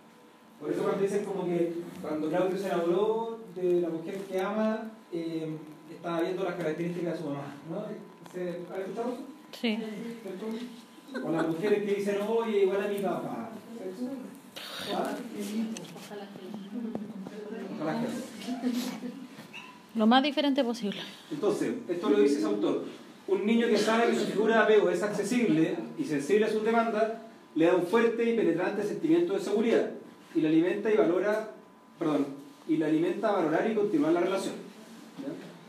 [SPEAKER 1] Por eso cuando dicen como que cuando Claudio se enamoró de la mujer que ama, eh, estaba viendo las características de su mamá, ¿no? ¿Se ha escuchado eso?
[SPEAKER 5] Sí.
[SPEAKER 1] O las mujeres que dicen, oye, igual a mi papá. ¿Ah? Ojalá que
[SPEAKER 5] Lo más diferente posible.
[SPEAKER 1] Entonces, esto lo dice ese autor. Un niño que sabe que su figura de apego es accesible y sensible a sus demandas, le da un fuerte y penetrante sentimiento de seguridad y le alimenta y valora, perdón, y le alimenta a valorar y continuar la relación. ¿Ya?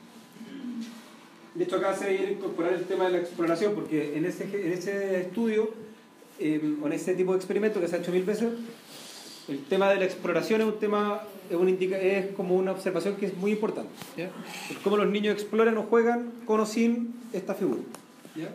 [SPEAKER 1] De hecho, acá se debe incorporar el tema de la exploración, porque en ese, en ese estudio, eh, o en ese tipo de experimento que se ha hecho mil veces, el tema de la exploración es un tema, es, un indica, es como una observación que es muy importante. ¿Ya? Es cómo los niños exploran o juegan con o sin esta figura. ¿Ya?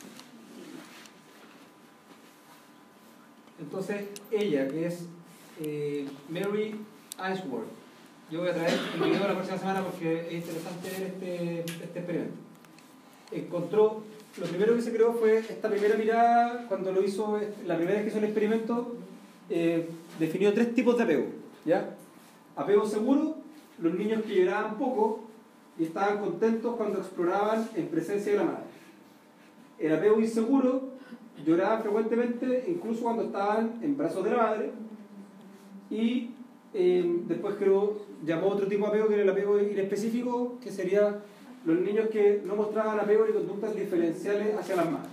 [SPEAKER 1] Entonces, ella, que es eh, Mary Ainsworth, yo voy a traer el video la próxima semana porque es interesante ver este, este experimento. Encontró, lo primero que se creó fue esta primera mirada, cuando lo hizo, la primera vez que hizo el experimento, eh, definió tres tipos de apego. ¿Ya? Apego seguro, los niños que lloraban poco y estaban contentos cuando exploraban en presencia de la madre. El apego inseguro, lloraban frecuentemente incluso cuando estaban en brazos de la madre. Y eh, después creó, llamó otro tipo de apego, que era el apego inespecífico, que sería los niños que no mostraban apego ni conductas diferenciales hacia las madres.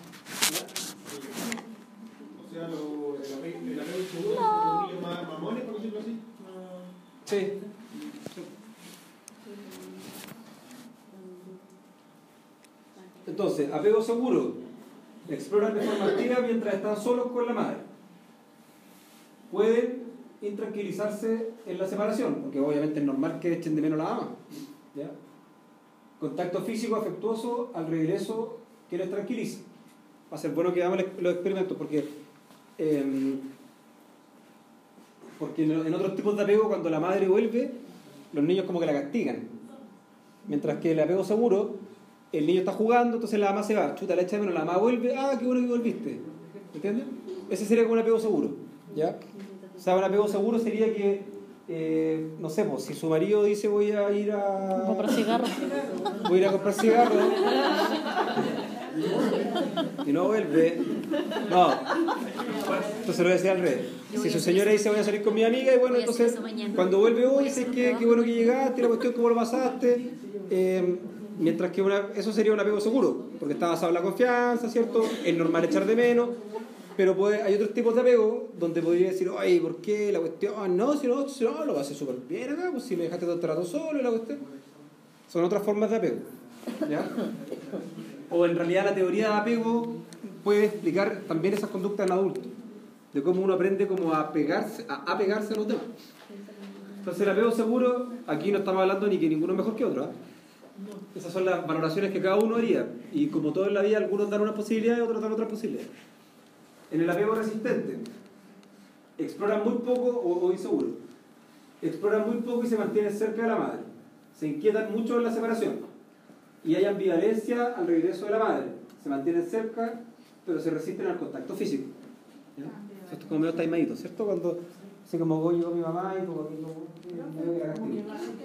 [SPEAKER 12] O sea, lo, el apego, el apego seguro no. Son los niños más mamones, por decirlo así.
[SPEAKER 1] Sí. Entonces, apego seguro, exploran de forma activa mientras están solos con la madre. Pueden intranquilizarse en la separación, porque obviamente es normal que echen de menos a la ama. ¿Ya? Contacto físico afectuoso al regreso que les tranquiliza. Va a ser bueno que hagamos los experimentos, porque eh, porque en otros tipos de apego, cuando la madre vuelve, los niños como que la castigan, mientras que el apego seguro, el niño está jugando, entonces la mamá se va, chuta, la echa de menos, la mamá vuelve, ah, qué bueno que volviste, ¿entiendes? Ese sería como un apego seguro, ¿ya? O sea, un apego seguro sería que, eh, no sé, pues, si su marido dice voy a ir a...
[SPEAKER 5] comprar cigarros.
[SPEAKER 1] Voy a ir a comprar cigarros. Y no vuelve. No. Entonces lo voy a decir al revés. Si su señora dice voy a salir con mi amiga, y bueno, entonces cuando vuelve hoy dice que qué bueno que llegaste, la cuestión cómo lo pasaste. Eh, mientras que una, eso sería un apego seguro, porque está basado en la confianza, ¿cierto? Es normal echar de menos. Pero puede, hay otros tipos de apego donde podría decir, oye, ¿por qué la cuestión? No, si no, si no lo va a hacer súper bien acá, pues si me dejaste todo el trato solo y la cuestión. Son otras formas de apego. ¿Ya? O en realidad la teoría de apego puede explicar también esas conductas en adultos, de cómo uno aprende como a pegarse, a apegarse a los demás. Entonces el apego seguro, aquí no estamos hablando ni que ninguno es mejor que otro, ¿eh? Esas son las valoraciones que cada uno haría, y como todo en la vida, algunos dan una posibilidad y otros dan otras posibilidades. En el apego resistente, exploran muy poco o, o inseguro, exploran muy poco y se mantienen cerca de la madre, se inquietan mucho en la separación y hay ambivalencia al regreso de la madre, se mantienen cerca pero se resisten al contacto físico. ¿Ya? Esto es como medio taimadito, ¿cierto? Cuando sé como voy yo con mi mamá y como medio que la castigo.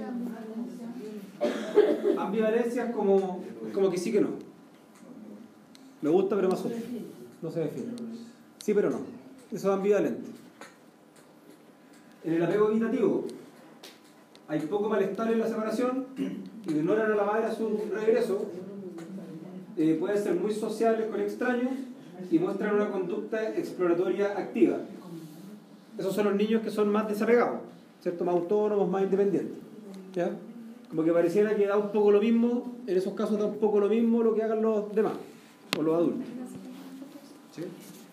[SPEAKER 1] Ambivalencia es como, como que sí que no, me gusta pero más o menos, no se define. Sí, pero no. Eso es ambivalente. En el apego evitativo hay poco malestar en la separación, ignoran a la madre a su regreso, eh, pueden ser muy sociables con extraños y muestran una conducta exploratoria activa. Esos son los niños que son más desapegados, ¿cierto? Más autónomos, más independientes. ¿Ya? Como que pareciera que da un poco lo mismo, en esos casos da un poco lo mismo lo que hagan los demás, o los adultos. ¿Sí?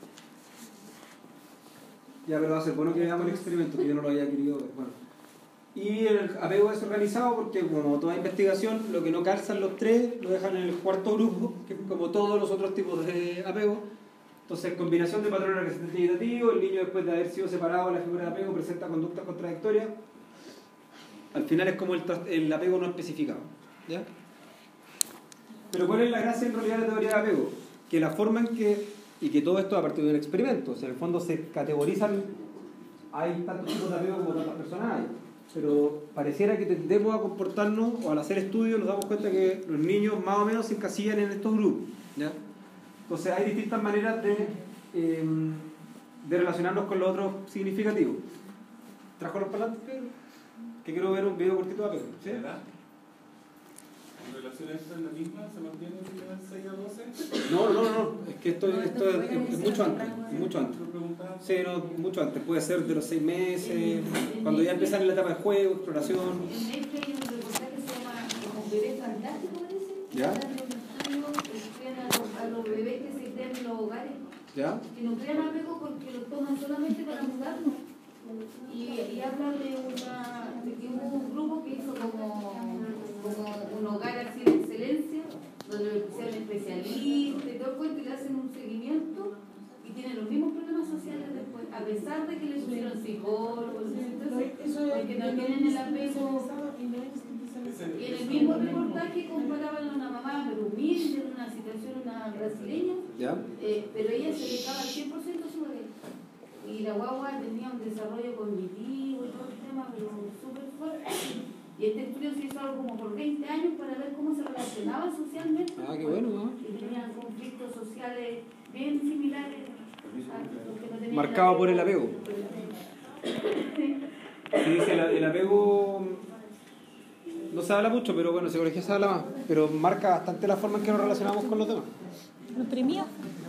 [SPEAKER 1] Ya, pero va a ser bueno que veamos el experimento, que yo no lo había querido ver. Bueno. Y el apego desorganizado, porque como toda investigación, lo que no calzan los tres lo dejan en el cuarto grupo, que es como todos los otros tipos de apego. Entonces, combinación de patrones resistentes y evitativos, el niño después de haber sido separado de la figura de apego presenta conductas contradictorias. Al final es como el, el apego no especificado. ¿Ya? Pero ¿cuál es la gracia en realidad de la teoría de apego? Que la forma en que, y que todo esto a partir de un experimento, o sea, en el fondo se categorizan hay tantos tipos de apego como tantas personas hay. Pero pareciera que tendemos a comportarnos, o al hacer estudios nos damos cuenta que los niños más o menos se encasillan en estos grupos, ¿ya? Entonces hay distintas maneras de, eh, de relacionarnos con los otros significativos. ¿Trajo los parlantes, Pedro? Que quiero ver un video cortito de apego. ¿Sí?
[SPEAKER 11] ¿Verdad? ¿En relación a esta es la misma? ¿Se mantiene de las seis a doce?
[SPEAKER 1] No, no, no, es que esto, esto es, es, es mucho antes, es mucho antes. Sí, no, mucho antes, puede ser de los seis meses, cuando ya empiezan en la etapa de juego, exploración.
[SPEAKER 14] En Netflix hay un reportaje que se llama Como Bebé Fantástico, parece.
[SPEAKER 1] ¿Ya?
[SPEAKER 14] Crean a los, a los bebés que se crean en los hogares.
[SPEAKER 1] ¿Ya?
[SPEAKER 14] Que no crean apego porque lo toman solamente para mudarnos. Y, y habla de, una, de que hubo un grupo que hizo como, como un hogar así de excelencia, donde le pusieron especialistas y todo el cuento y le hacen un seguimiento y tienen los mismos problemas sociales después, a pesar de que le pusieron psicólogos, entonces, porque no tienen el apego. Y en el mismo reportaje comparaban a una mamá pero humilde, en una situación, una brasileña, eh, pero ella se dedicaba al cien por ciento a su bebé. Y la guagua tenía un desarrollo cognitivo y todo el tema, pero súper fuerte. Y este estudio se hizo algo como por veinte años para ver cómo se relacionaban socialmente.
[SPEAKER 1] Ah, qué bueno, ¿no?
[SPEAKER 14] Y tenían conflictos sociales bien similares a los que no tenían.
[SPEAKER 1] Marcado por el apego. Se dice el, el apego no se habla mucho, pero bueno, en psicología se habla más, pero marca bastante la forma en que nos relacionamos con los demás.
[SPEAKER 5] ¿Lo imprimía?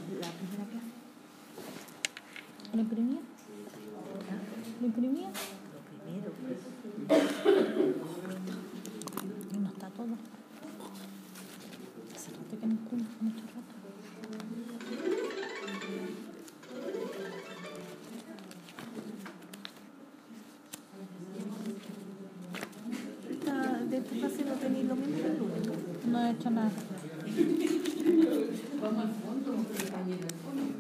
[SPEAKER 5] ¿Lo imprimía? ¿Lo imprimía? Y no está todo. Hace rato que no imprimo, mucho rato. Esta, de esta clase no tenéis lo mismo que el lunes. No he hecho nada.
[SPEAKER 14] Vamos al fondo, compañera, al fondo.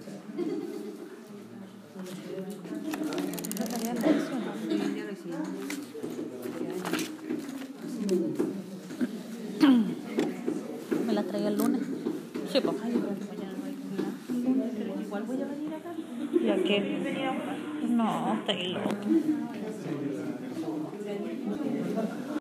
[SPEAKER 5] Me la traía el lunes. Sí, pues. Igual voy a venir acá. ¿Y a qué? No, estoy loco.